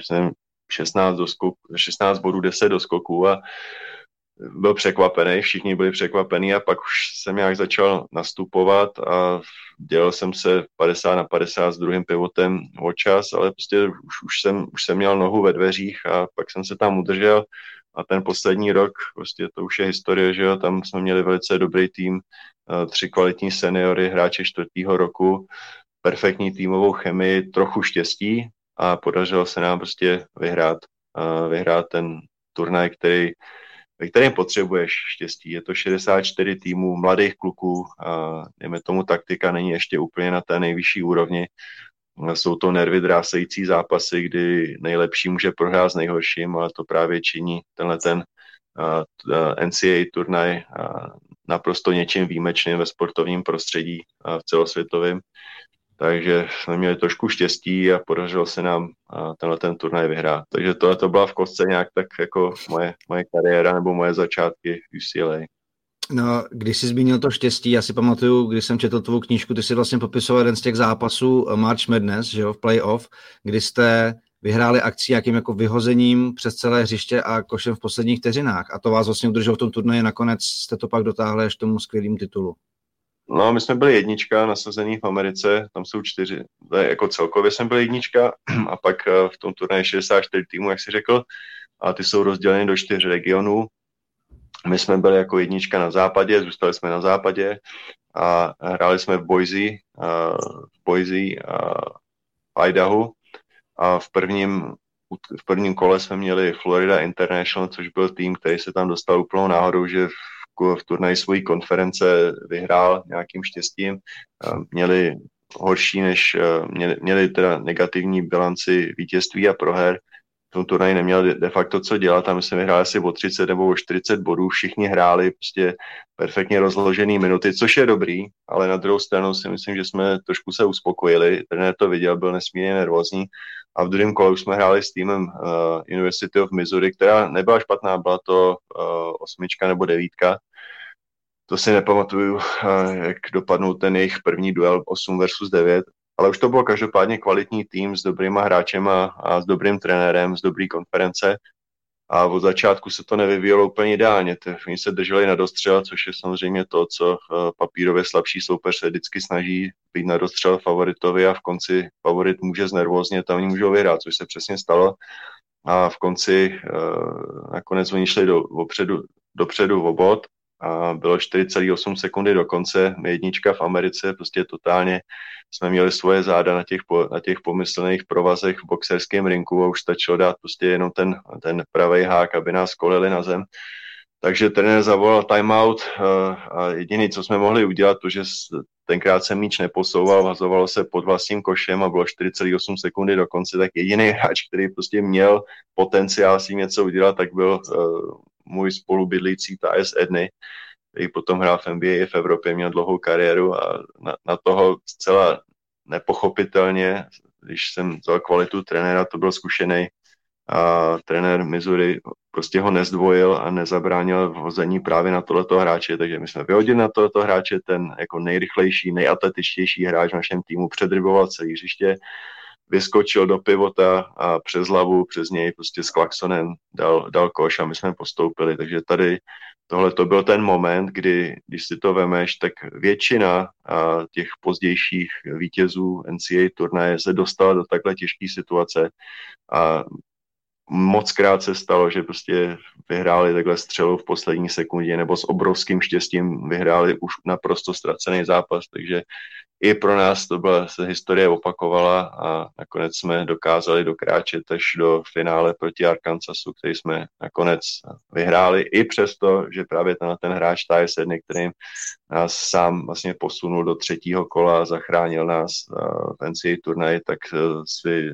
16 bodů, 10 doskoků a byl překvapený, všichni byli překvapení a pak už jsem nějak začal nastupovat a dělal jsem se 50/50 s druhým pivotem o čas, ale prostě už jsem měl nohu ve dveřích a pak jsem se tam udržel a ten poslední rok, prostě to už je historie, že jo, tam jsme měli velice dobrý tým, 3 kvalitní seniory, hráče 4. roku, perfektní týmovou chemii, trochu štěstí a podařilo se nám prostě vyhrát ten turnaj, ve kterém potřebuješ štěstí. Je to 64 týmů mladých kluků, a dejme tomu taktika není ještě úplně na té nejvyšší úrovni. Jsou to nervy drásající zápasy, kdy nejlepší může prohrát s nejhorším, ale to právě činí ten NCAA turnaj naprosto něčím výjimečným ve sportovním prostředí v celosvětovém. Takže jsme měli trošku štěstí a podařilo se nám ten turnaj vyhrát. Takže to byla v kostce nějak tak jako moje kariéra nebo moje začátky v UCLA. No, když jsi zmínil to štěstí, já si pamatuju, když jsem četl tvou knížku, ty jsi vlastně popisoval jeden z těch zápasů March Madness, že jo, v playoff, kdy jste vyhráli akci nějakým jako vyhozením přes celé hřiště a košem v posledních vteřinách. A to vás vlastně udrželo v tom turnaji, nakonec jste to pak dotáhli až tomu skvělému titulu. No, my jsme byli 1 nasazený v Americe, tam jsou 4, jako celkově jsem byl 1 a pak v tom turnaji 64 týmů, jak jsi řekl, a ty jsou rozděleny do 4 regionů. My jsme byli jako 1 na západě, zůstali jsme na západě a hráli jsme v Boise a v Idahu a v prvním kole jsme měli Florida International, což byl tým, který se tam dostal úplnou náhodou, že v turnaji svojí konference vyhrál nějakým štěstím. Měli měli teda negativní bilanci vítězství a proher. V tom turnaji neměl de facto co dělat, tam jsme vyhráli asi o 30 nebo o 40 bodů, všichni hráli prostě perfektně rozložený minuty, což je dobrý, ale na druhou stranu si myslím, že jsme trošku se uspokojili, trenér to viděl, byl nesmírně nervózní a v druhém kole už jsme hráli s týmem University of Missouri, která nebyla špatná, byla to 8 nebo 9. To si nepamatuju, jak dopadnul ten jejich první duel 8 versus 9, ale už to byl každopádně kvalitní tým s dobrýma hráčema a s dobrým trenérem, z dobrý konference a od začátku se to nevyvíjelo úplně ideálně. Oni se drželi na dostřel, což je samozřejmě to, co papírově slabší soupeř se vždycky snaží být na dostřel favoritovi a v konci favorit může znervóznět a oni můžou vyhrát, což se přesně stalo. A v konci nakonec oni šli dopředu o bod a bylo 4,8 sekundy do konce. Jednička v Americe, prostě totálně jsme měli svoje záda na těch pomyslných provazech v boxerském rinku a už stačilo dát prostě jenom ten pravý hák, aby nás kolili na zem. Takže trenér zavolal timeout a jediné, co jsme mohli udělat, to, že tenkrát se míč neposouval, vazovalo se pod vlastním košem a bylo 4,8 sekundy do konce, tak jediný hráč, který prostě měl potenciál si něco udělat, tak byl můj spolubydlící Tyus Edney, který potom hrál v NBA i v Evropě, měl dlouhou kariéru a na toho zcela nepochopitelně, když jsem vzal kvalitu trenéra, to byl zkušený a trenér Missouri prostě ho nezdvojil a nezabránil v hození právě na tohleto hráče, takže my jsme vyhodili na tohleto hráče, ten jako nejrychlejší, nejatletičtější hráč v našem týmu předryboval celý hřiště, vyskočil do pivota a přes hlavu, přes něj prostě s klaksonem dal koš a my jsme postoupili, takže tady tohle to byl ten moment, kdy, když si to vemeš, tak většina těch pozdějších vítězů NCAA turnaje se dostala do takhle těžké situace a mockrát se stalo, že prostě vyhráli takhle střelu v poslední sekundě nebo s obrovským štěstím vyhráli už naprosto ztracený zápas, takže i pro nás se historie opakovala a nakonec jsme dokázali dokráčet až do finále proti Arkansasu, který jsme nakonec vyhráli, i přesto, že právě ten hráč Tyus Edney, který nás sám vlastně posunul do třetího kola a zachránil nás v NCAA turnaji, tak si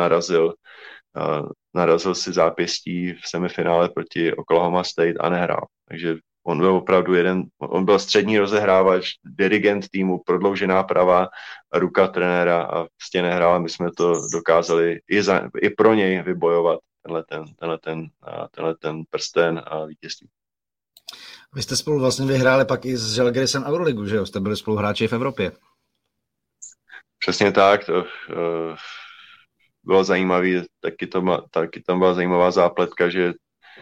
narazil si zápěstí v semifinále proti Oklahoma State a nehrál. Takže on byl opravdu on byl střední rozehrávač, dirigent týmu, prodloužená prava, ruka trenéra a prostě nehrál. My jsme to dokázali i pro něj vybojovat, tenhle ten prsten a vítězství. Vy jste spolu vlastně vyhráli pak i s Žalgirisem Euroligu, že jo? Jste byli spoluhráči v Evropě. Přesně tak, to bylo zajímavý, taky tam byla zajímavá zápletka, že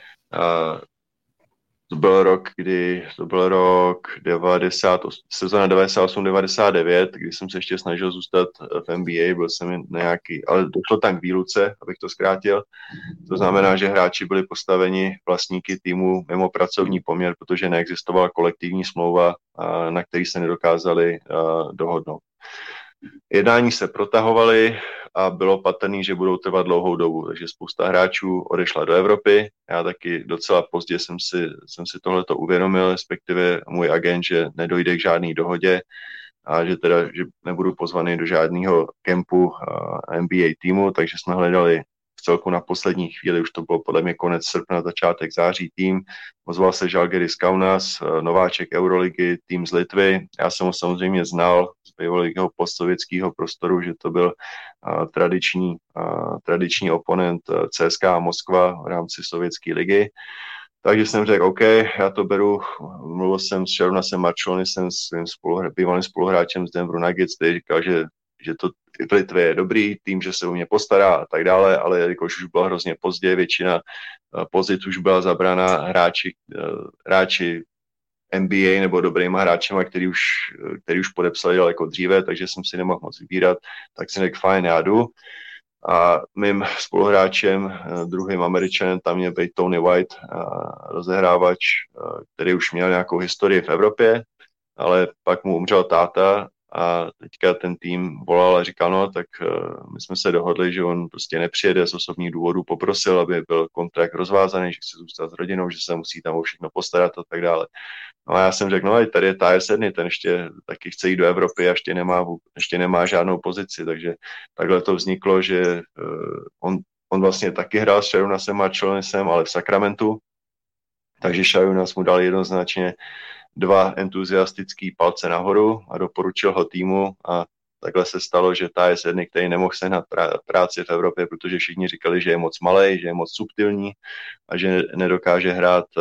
to byl rok 90, sezona 98-99, kdy jsem se ještě snažil zůstat v NBA, byl jsem nějaký, ale došlo tam k výluce, abych to zkrátil. To znamená, že hráči byli postaveni vlastníky týmu mimo pracovní poměr, protože neexistovala kolektivní smlouva, na který se nedokázali dohodnout. Jednání se protahovaly a bylo patrný, že budou trvat dlouhou dobu, takže spousta hráčů odešla do Evropy. Já taky docela pozdě jsem si tohleto uvědomil, respektive můj agent, že nedojde k žádný dohodě a že nebudu pozvaný do žádného kempu NBA týmu, takže jsme hledali v celku na poslední chvíli, už to bylo podle mě konec srpna, začátek září tým. Ozval se Žalgiris Kaunas, nováček Euroligy, tým z Litvy. Já jsem ho samozřejmě znal z bývalého postsovětského prostoru, že to byl tradiční oponent CSKA Moskva v rámci sovětské ligy. Takže jsem řekl, OK, já to beru, mluvil jsem s Šarunasem Marčolonisem, svým bývalým spoluhráčem z Denveru Nuggets, který říkal, že to v Litvě je dobrý tým, že se o mě postará a tak dále, ale jakož už bylo hrozně pozdě, většina pozic už byla zabrána hráči NBA nebo dobrýma hráčema, který už podepsali daleko dříve, takže jsem si nemohl moc vybírat, tak jsem řekl, fajn, já jdu. A mým spoluhráčem, druhým Američanem, tam měl být Tony White, rozehrávač, který už měl nějakou historii v Evropě, ale pak mu umřel táta a teďka ten tým volal a říkal, no, tak my jsme se dohodli, že on prostě nepřijede z osobních důvodů, poprosil, aby byl kontrakt rozvázaný, že chce zůstat s rodinou, že se musí tam o všechno postarat a tak dále. No a já jsem řekl, no, tady je Tyus Edney, ten ještě taky chce jít do Evropy a ještě nemá žádnou pozici, takže takhle to vzniklo, že on vlastně taky hrál s Šarunasem Marčolonisem, ale v Sacramentu, takže Šarunas mu dal jednoznačně 2 entuziastický palce nahoru a doporučil ho týmu a takhle se stalo, že Tyus Edney, který nemohl sehnat práci v Evropě, protože všichni říkali, že je moc malej, že je moc subtilní a že nedokáže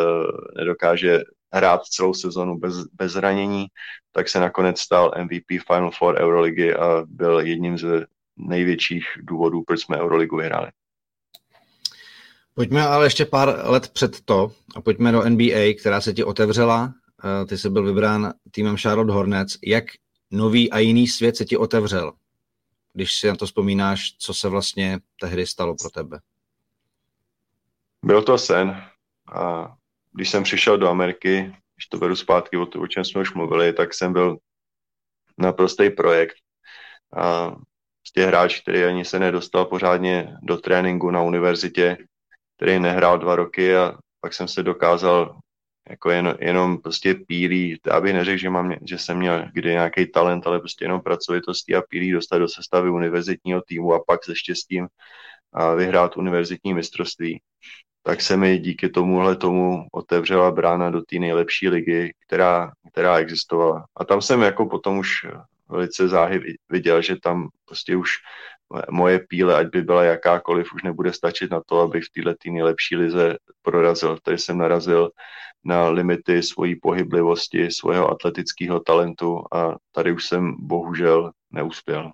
hrát celou sezonu bez zranění, tak se nakonec stal MVP Final Four Euroligy a byl jedním z největších důvodů, proč jsme Euroligu vyhráli. Pojďme ale ještě pár let před to a pojďme do NBA, která se ti otevřela. Ty jsi byl vybrán týmem Charlotte Hornets. Jak nový a jiný svět se ti otevřel, když si na to vzpomínáš, co se vlastně tehdy stalo pro tebe? Byl to sen. A když jsem přišel do Ameriky, když to beru zpátky o čem jsme už mluvili, tak jsem byl naprostý projekt. A hráč, který ani se nedostal pořádně do tréninku na univerzitě, který nehrál 2 roky a pak jsem se dokázal jako jenom prostě pílí, aby neřekl, že jsem měl kdy nějaký talent, ale prostě jenom pracovitosti a pílí dostat do sestavy univerzitního týmu a pak se štěstím a vyhrát univerzitní mistrovství. Tak se mi díky tomu otevřela brána do té nejlepší ligy, která existovala. A tam jsem jako potom už velice záhy viděl, že tam prostě už moje píle, ať by byla jakákoliv, už nebude stačit na to, abych v této nejlepší lize prorazil. Tady jsem narazil na limity svojí pohyblivosti, svého atletického talentu a tady už jsem bohužel neuspěl.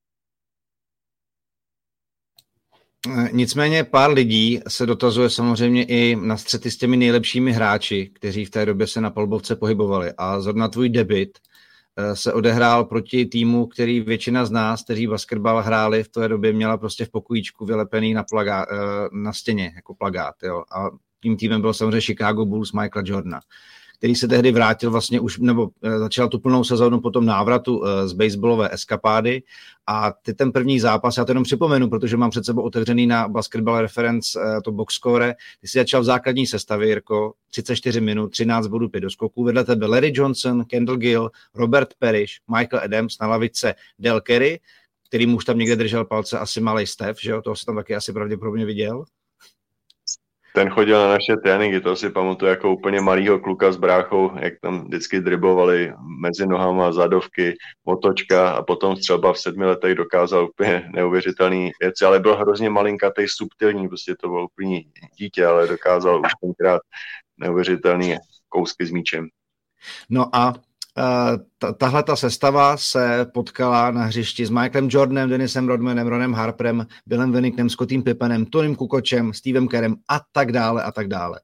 Nicméně pár lidí se dotazuje samozřejmě i na střety s těmi nejlepšími hráči, kteří v té době se na palbovce pohybovali. A zrovna tvůj debut se odehrál proti týmu, který většina z nás, kteří basketbal hráli v té době, měla prostě v pokojíčku vylepený na stěně jako plagát. Jo. A tím týmem byl samozřejmě Chicago Bulls Michaela Jordana, který se tehdy vrátil vlastně už, nebo začal tu plnou sezónu po tom návratu z baseballové eskapády a ty ten první zápas, já to jenom připomenu, protože mám před sebou otevřený na Basketball Reference to boxscore, ty jsi začal v základní sestavě, Jirko, 34 minut, 13 bodů, 5 doskoků, vedle tebe Larry Johnson, Kendall Gill, Robert Parrish, Michael Adams, na lavice Del Curry, který mu už tam někde držel palce, asi malej Steph, že jo, toho se tam taky asi pravděpodobně viděl. Ten chodil na naše tréninky, to si pamatuju jako úplně malýho kluka s bráchou, jak tam vždycky driblovali mezi nohama zadovky, otočka a potom třeba v 7 letech dokázal úplně neuvěřitelné věci, ale byl hrozně malinkatej, subtilní, prostě to byl úplně dítě, ale dokázal už tenkrát neuvěřitelné kousky s míčem. No a tahle ta sestava se potkala na hřišti s Michaelem Jordanem, Dennisem Rodmanem, Ronem Harperem, Billem Winnickem, Scottem Pippenem, Tonym Kukočem, Stevem Kerrem a tak dále a tak dále.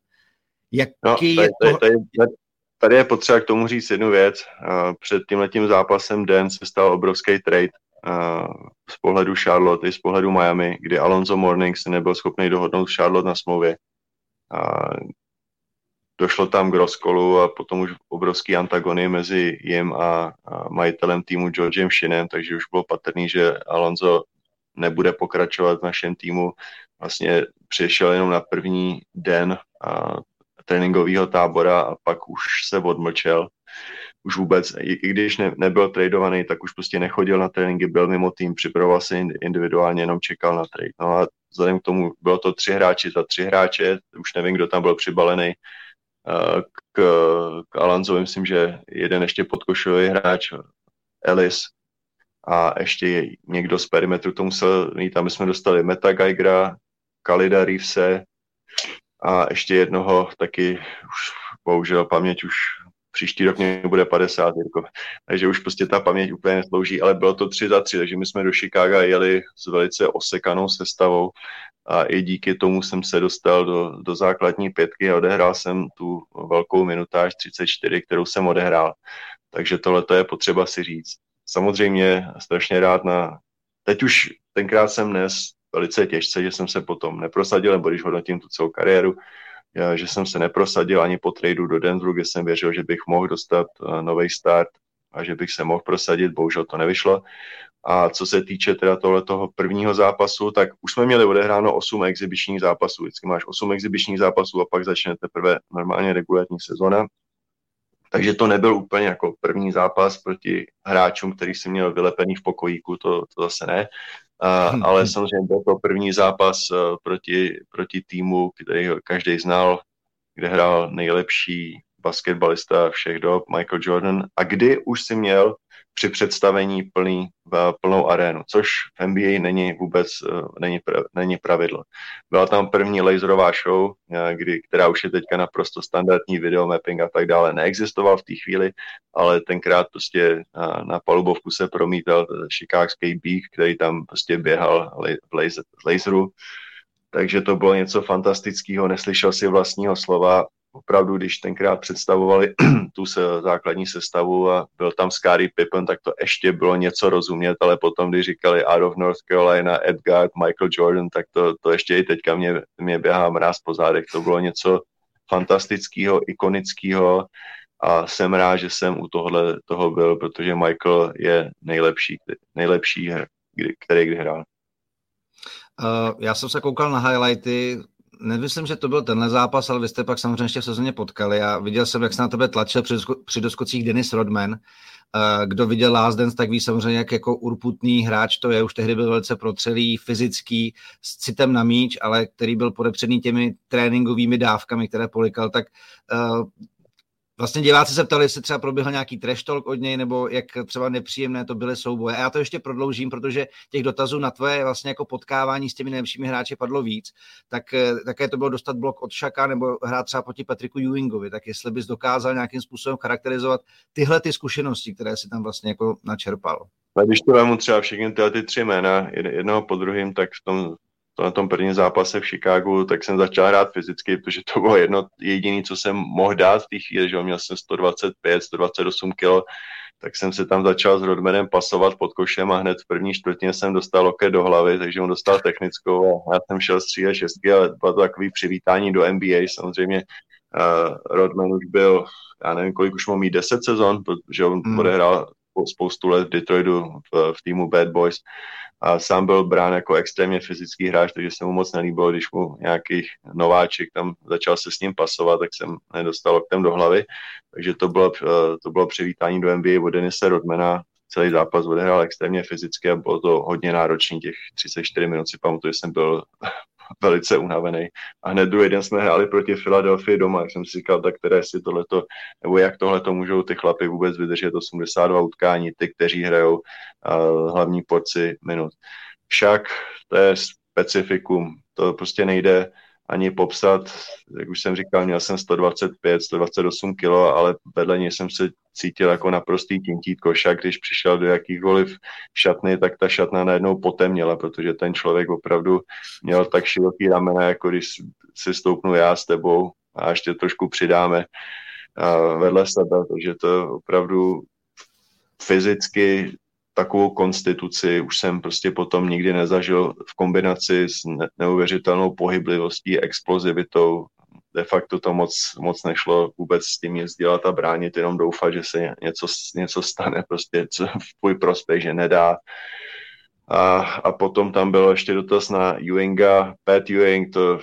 Tady je potřeba k tomu říct jednu věc. Před tímhletím zápasem den se stal obrovský trade z pohledu Charlotte i z pohledu Miami, kdy Alonzo Mourning se nebyl schopný dohodnout v Charlotte na smlouvě. Došlo tam k rozkolu a potom už obrovský antagony mezi jim a majitelem týmu Georgem Shinem, takže už bylo patrný, že Alonso nebude pokračovat v našem týmu. Vlastně přišel jenom na první den tréninkového tábora a pak už se odmlčel. Už vůbec, i když nebyl tradovaný, tak už prostě nechodil na tréninky, byl mimo tým, připravoval se individuálně, jenom čekal na trade. No a vzhledem k tomu bylo to 3 hráči za 3 hráče, už nevím, kdo tam byl přibalený. K Alonsovi myslím, že jeden ještě podkošový hráč Ellis a ještě někdo z perimetru to musel mít. Tam jsme dostali Meta Geigera, Khalida Reevese a ještě jednoho taky, už bohužel paměť už příští rok mě bude 50, Jirko. Takže už prostě ta paměť úplně neslouží, ale bylo to 3 za 3, takže my jsme do Chicaga jeli s velice osekanou sestavou a i díky tomu jsem se dostal do základní 5 a odehrál jsem tu velkou minutáž 34, kterou jsem odehrál. Takže tohle je potřeba si říct. Samozřejmě strašně rád teď už tenkrát jsem nes velice těžce, že jsem se potom neprosadil, nebo když hodnotím tu celou kariéru, že jsem se neprosadil ani po tradu do Denveru, kde jsem věřil, že bych mohl dostat nový start a že bych se mohl prosadit, bohužel to nevyšlo. A co se týče teda tohletoho prvního zápasu, tak už jsme měli odehráno 8 exibičních zápasů. Vždycky máš 8 exibičních zápasů a pak začne teprve normálně regulární sezona. Takže to nebyl úplně jako první zápas proti hráčům, který si měl vylepený v pokojíku, to zase ne. Ale samozřejmě byl to první zápas proti týmu, který každý znal, kde hrál nejlepší basketbalista všech dob, Michael Jordan, a kdy už si měl při představení plnou arénu, což v NBA není pravidlo. Byla tam první laserová show, která už je teďka naprosto standardní, videomapping a tak dále neexistoval v té chvíli, ale tenkrát prostě na palubovku se promítal chicagský bík, který tam prostě běhal v laseru. takže to bylo něco fantastického, neslyšel si vlastního slova. Opravdu, když tenkrát představovali tu základní sestavu a byl tam Scottie Pippen, tak to ještě bylo něco rozumět, ale potom, když říkali out of North Carolina, Edgar, Michael Jordan, tak to ještě i teďka mě běhá mráz po zádech. To bylo něco fantastického, ikonického a jsem rád, že jsem u toho byl, protože Michael je nejlepší, který kdy hrál. Já jsem se koukal na highlighty, nemyslím, že to byl tenhle zápas, ale vy jste pak samozřejmě ještě v sezóně potkali a viděl jsem, jak se na tebe tlačil při doskocích Dennis Rodman. Kdo viděl Last Dance, tak ví samozřejmě, jak jako urputný hráč to je. Už tehdy byl velice protřelý, fyzický, s citem na míč, ale který byl podepřený těmi tréninkovými dávkami, které polikal, tak vlastně diváci se ptali, jestli třeba proběhl nějaký trash talk od něj, nebo jak třeba nepříjemné to byly souboje. A já to ještě prodloužím, protože těch dotazů na tvoje vlastně jako potkávání s těmi nejlepšími hráči padlo víc. Tak také to bylo dostat blok od Shaka nebo hrát třeba proti Patricku Ewingovi. Tak jestli bys dokázal nějakým způsobem charakterizovat tyhle ty zkušenosti, které si tam vlastně jako načerpal. Když to vemu třeba všechny ty 3 jména, jednoho po druhým, tak na tom prvním zápase v Chicagu, tak jsem začal hrát fyzicky, protože to bylo jediné, co jsem mohl dát v té chvíli, že měl jsem 125, 128 kg, tak jsem se tam začal s Rodmanem pasovat pod košem a hned v první čtvrtině jsem dostal loket do hlavy, takže on dostal technickou a já jsem šel střílet 6, ale bylo to takový přivítání do NBA, samozřejmě Rodman už byl, já nevím, kolik už mohl mít 10 sezon, protože on odehrál spoustu let v Detroitu v týmu Bad Boys a sám byl brán jako extrémně fyzický hráč, takže se mu moc nelíbilo, když mu nějaký nováček tam začal se s ním pasovat, tak jsem nedostal loktem do hlavy, takže to bylo přivítání do NBA od Dennise Rodmana. Celý zápas odehrál extrémně fyzicky a bylo to hodně náročný, těch 34 minut si pamatuju, že jsem byl velice unavený. A hned druhý den jsme hráli proti Philadelphii doma, jak jsem si říkal, tak které si tohleto, nebo jak tohleto můžou ty chlapy vůbec vydržet 82 utkání, ty, kteří hrajou hlavní porci minut. Však to je specifikum, to prostě nejde ani popsat, jak už jsem říkal, měl jsem 125, 128 kg, ale vedle něj jsem se cítil jako naprostý tintítko, však když přišel do jakýchkoliv šatny, tak ta šatna najednou potemněla, protože ten člověk opravdu měl tak široký ramena, jako když si stoupnu já s tebou a ještě trošku přidáme vedle sebe, takže to opravdu fyzicky takovou konstituci už jsem prostě potom nikdy nezažil v kombinaci s neuvěřitelnou pohyblivostí, explozivitou. De facto to moc nešlo vůbec s tím nic dělat a bránit, jenom doufat, že se něco stane prostě v tvůj prospěch, že nedá. A potom tam byl ještě dotaz na Ewinga. Pat Ewing, to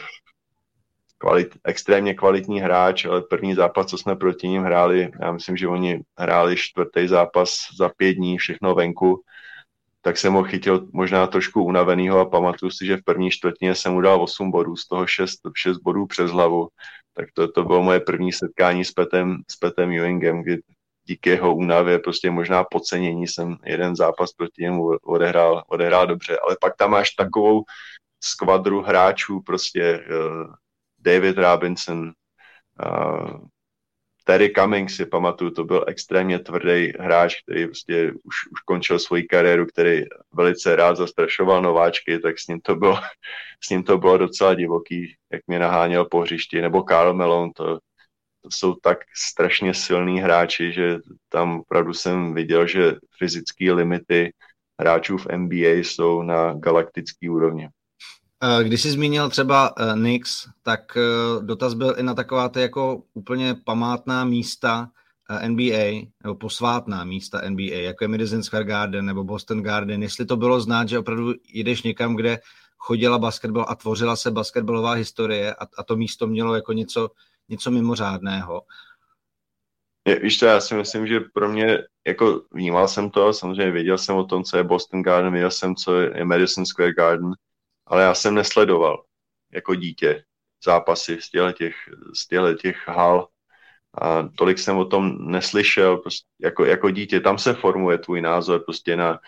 extrémně kvalitní hráč, ale první zápas, co jsme proti ním hráli, já myslím, že oni hráli 4. zápas za 5 dní, všechno venku, tak jsem ho chytil možná trošku unavenýho a pamatuju si, že v první čtvrtině jsem mu dal 8 bodů, z toho 6 bodů přes hlavu. Tak to bylo moje první setkání s Patem Ewingem, kdy díky jeho únavě, prostě možná podcenění jsem jeden zápas proti němu odehrál dobře, ale pak tam máš takovou skvadru hráčů, prostě David Robinson, Terry Cummings, si pamatuju, to byl extrémně tvrdý hráč, který prostě už končil svoji kariéru, který velice rád zastrašoval nováčky, tak s ním to bylo docela divoký, jak mě naháněl po hřišti, nebo Karl Malone, to jsou tak strašně silní hráči, že tam opravdu jsem viděl, že fyzické limity hráčů v NBA jsou na galaktický úrovni. Když jsi zmínil třeba Knicks, tak dotaz byl i na taková ty jako úplně památná místa NBA, nebo posvátná místa NBA, jako je Madison Square Garden nebo Boston Garden, jestli to bylo znát, že opravdu jdeš někam, kde chodila basketbal a tvořila se basketbalová historie a to místo mělo jako něco mimořádného. Víš to, já si myslím, že pro mě, jako vnímal jsem to, samozřejmě věděl jsem o tom, co je Boston Garden, věděl jsem, co je Madison Square Garden, ale já jsem nesledoval jako dítě zápasy z těch hal a tolik jsem o tom neslyšel prostě jako dítě. Tam se formuje tvůj názor prostě na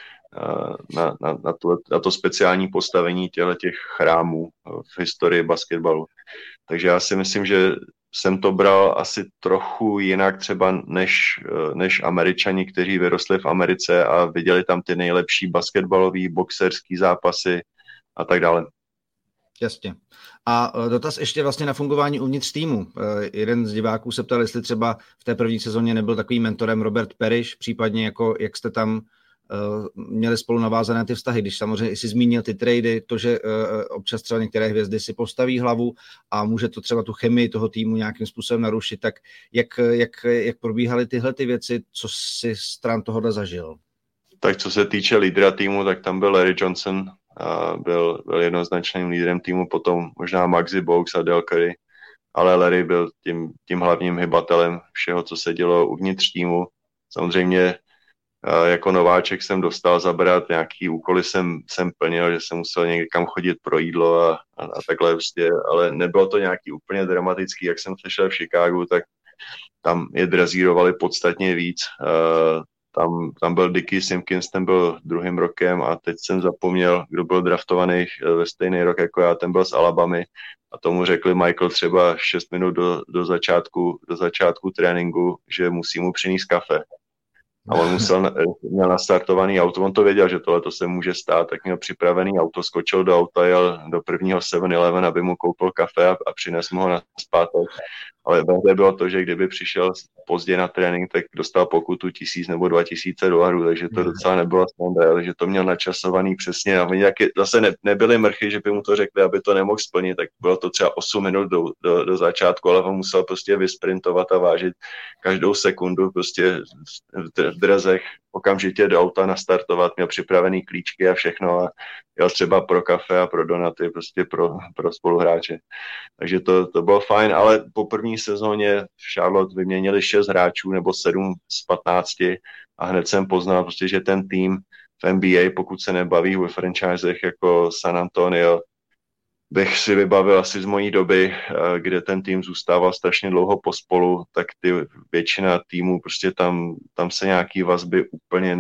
to speciální postavení těch chrámů v historii basketbalu. Takže já si myslím, že jsem to bral asi trochu jinak třeba než Američani, kteří vyrostli v Americe a viděli tam ty nejlepší basketbalový, boxerský zápasy a tak dále. Jasně. A dotaz ještě vlastně na fungování uvnitř týmu. Jeden z diváků se ptal, jestli třeba v té první sezóně nebyl takovým mentorem Robert Parish, případně jako jak jste tam měli spolu navázané ty vztahy, když samozřejmě si zmínil ty trady, to, že občas třeba některé hvězdy si postaví hlavu a může to třeba tu chemii toho týmu nějakým způsobem narušit, tak jak probíhaly tyhle ty věci, co si stran tohohle zažil? Tak co se týče lídra týmu, tak tam byl Larry Johnson, byl jednoznačným lídrem týmu, potom možná Muggsy Bogues a Del Curry, ale Larry byl tím hlavním hybatelem všeho, co se dělo uvnitř týmu. Samozřejmě jako nováček jsem dostal zabrat, nějaký úkoly jsem plnil, že jsem musel někam chodit pro jídlo a takhle prostě, ale nebylo to nějaký úplně dramatický, jak jsem slyšel v Chicagu, tak tam je drazírovali podstatně víc. Tam byl Dickie Simpkins, ten byl druhým rokem a teď jsem zapomněl, kdo byl draftovaný ve stejný rok jako já, ten byl z Alabamy a tomu řekli Michael třeba 6 minut do začátku tréninku, že musí mu přinést kafe. A on měl nastartovaný auto, on to věděl, že tohle se může stát, tak měl připravený auto, skočil do auta, jel do prvního 7-Eleven, aby mu koupil kafe a přinesl mu ho na zpátek. Ale ve bylo to, že kdyby přišel pozdě na trénink, tak dostal pokutu $1,000 nebo $2,000, takže to docela nebylo snadné, takže to měl načasovaný přesně. A oni zase nebyly mrchy, že by mu to řekli, aby to nemohl splnit, tak bylo to třeba 8 minut do začátku, ale on musel prostě vysprintovat a vážit každou sekundu prostě v drezech, okamžitě do auta nastartovat, měl připravený klíčky a všechno a jel třeba pro kafe a pro donaty, prostě pro spoluhráče. Takže to bylo fajn, ale po první sezóně v Charlotte vyměnili 6 hráčů nebo 7 z 15 a hned jsem poznal prostě, že ten tým v NBA, pokud se nebaví ve franchisech jako San Antonio, bych si vybavil asi z mojí doby, kde ten tým zůstával strašně dlouho pospolu, tak většina týmů prostě tam se nějaký vazby úplně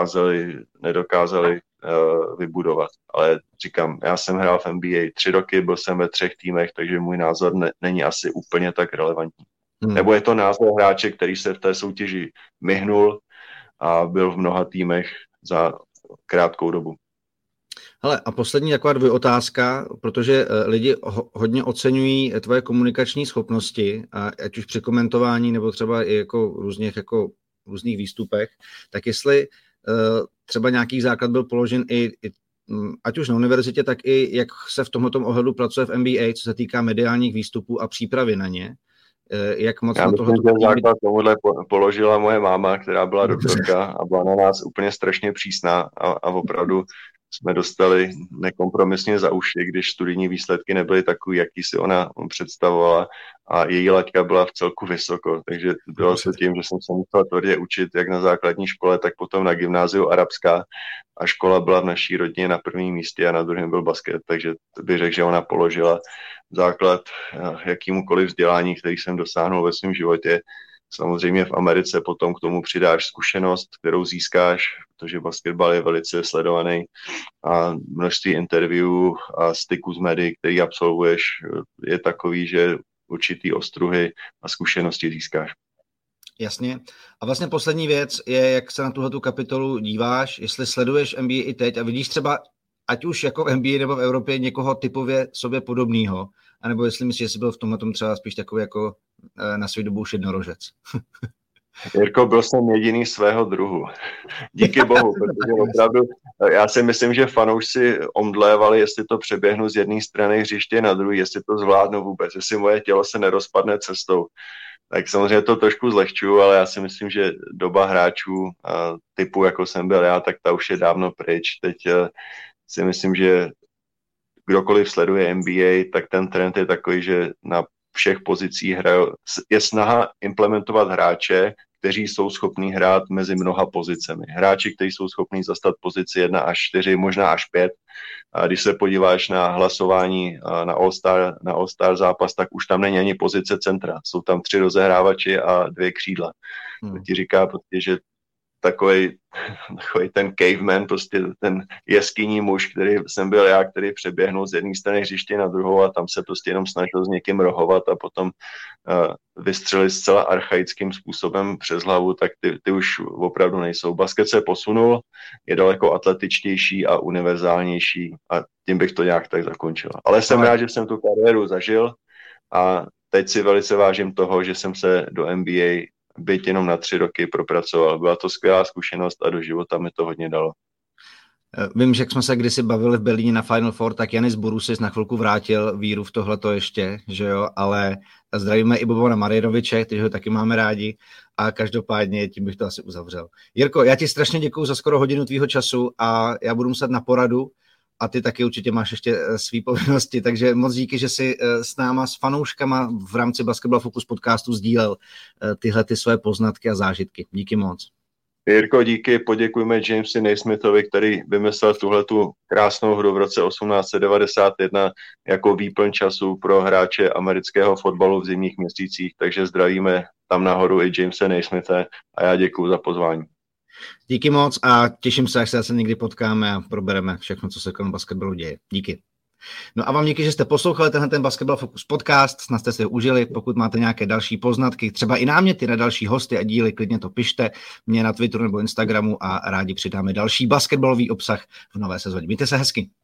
nedokázali vybudovat. Ale říkám, já jsem hrál v NBA 3 roky, byl jsem ve 3 týmech, takže můj názor není asi úplně tak relevantní. Nebo je to názor hráče, který se v té soutěži myhnul a byl v mnoha týmech za krátkou dobu. Hele, a poslední taková dvojotázka, protože lidi hodně oceňují tvoje komunikační schopnosti, ať už při komentování nebo třeba i jako různých výstupech, tak jestli třeba nějaký základ byl položen i ať už na univerzitě, tak i jak se v tomto ohledu pracuje v NBA, co se týká mediálních výstupů a přípravy na ně. Jak moc já na myslím, že základ tomuhle položila moje máma, která byla doktorka a byla na nás úplně strašně přísná a opravdu jsme dostali nekompromisně za uši, když studijní výsledky nebyly takový, jaký si ona představovala a její laťka byla v celku vysoko, takže bylo se tím, že jsem se musel tvrdě učit jak na základní škole, tak potom na gymnáziu arabská a škola byla v naší rodině na prvním místě a na druhém byl basket, takže bych řekl, že ona položila základ jakýmukoliv vzdělání, který jsem dosáhnul ve svém životě. Samozřejmě v Americe potom k tomu přidáš zkušenost, kterou získáš, protože basketbal je velice sledovaný a množství interview a styku s médií, který absolvuješ, je takový, že určitý ostruhy a zkušenosti získáš. Jasně. A vlastně poslední věc je, jak se na tuhletu kapitolu díváš, jestli sleduješ NBA i teď a vidíš třeba, ať už jako v NBA nebo v Evropě, někoho typově sobě podobného, anebo jestli myslíš, že jsi byl v tomhle třeba spíš takový jako na svou dobu už jednorožec. Jirko, byl jsem jediný svého druhu. Díky bohu, protože opravdu, já si myslím, že fanoušci omdlévali, jestli to přeběhnu z jedné strany hřiště na druhý, jestli to zvládnu vůbec, jestli moje tělo se nerozpadne cestou. Tak samozřejmě to trošku zlehčuju, ale já si myslím, že doba hráčů typu, jako jsem byl já, tak ta už je dávno pryč. Teď si myslím, že kdokoliv sleduje NBA, tak ten trend je takový, že na všech pozicích je snaha implementovat hráče, kteří jsou schopní hrát mezi mnoha pozicemi. Hráči, kteří jsou schopní zastat pozici 1 až 4, možná až 5. A když se podíváš na hlasování na All-Star zápas, tak už tam není ani pozice centra. Jsou tam 3 rozehrávači a 2 křídla. To ti říká, protože, že takový ten caveman, prostě ten jeskyní muž, který jsem byl já, který přeběhnul z jedné strany hřiště na druhou a tam se prostě jenom snažil s někým rohovat a potom vystřelit zcela archaickým způsobem přes hlavu, tak ty už opravdu nejsou. Basket se posunul, je daleko atletičtější a univerzálnější a tím bych to nějak tak zakončil. Ale jsem rád, že jsem tu kariéru zažil a teď si velice vážím toho, že jsem se do NBA byť jenom na 3 roky propracoval. Byla to skvělá zkušenost a do života mi to hodně dalo. Vím, že jak jsme se kdysi bavili v Berlíně na Final Four, tak Janis Borusis na chvilku vrátil víru v tohleto ještě, že jo, ale zdravíme i Bobana Marjanoviče, kteří ho taky máme rádi a každopádně tím bych to asi uzavřel. Jirko, já ti strašně děkuju za skoro hodinu tvýho času a já budu muset na poradu a ty taky určitě máš ještě svý povinnosti, takže moc díky, že jsi s náma, s fanouškama v rámci Basketball Focus podcastu sdílel tyhle ty své poznatky a zážitky. Díky moc. Jirko, díky, poděkujeme Jamesi Naismithovi, který vymyslel tuhletu krásnou hru v roce 1891 jako výplň času pro hráče amerického fotbalu v zimních měsících, takže zdravíme tam nahoru i Jamese Naismithe a já děkuju za pozvání. Díky moc a těším se, až se zase někdy potkáme a probereme všechno, co se kolem basketbalu děje. Díky. No a vám díky, že jste poslouchali ten Basketball Focus podcast, snad jste si ho užili. Pokud máte nějaké další poznatky, třeba i náměty na další hosty a díly, klidně to pište mě na Twitteru nebo Instagramu a rádi přidáme další basketbalový obsah v nové sezóně. Mějte se hezky.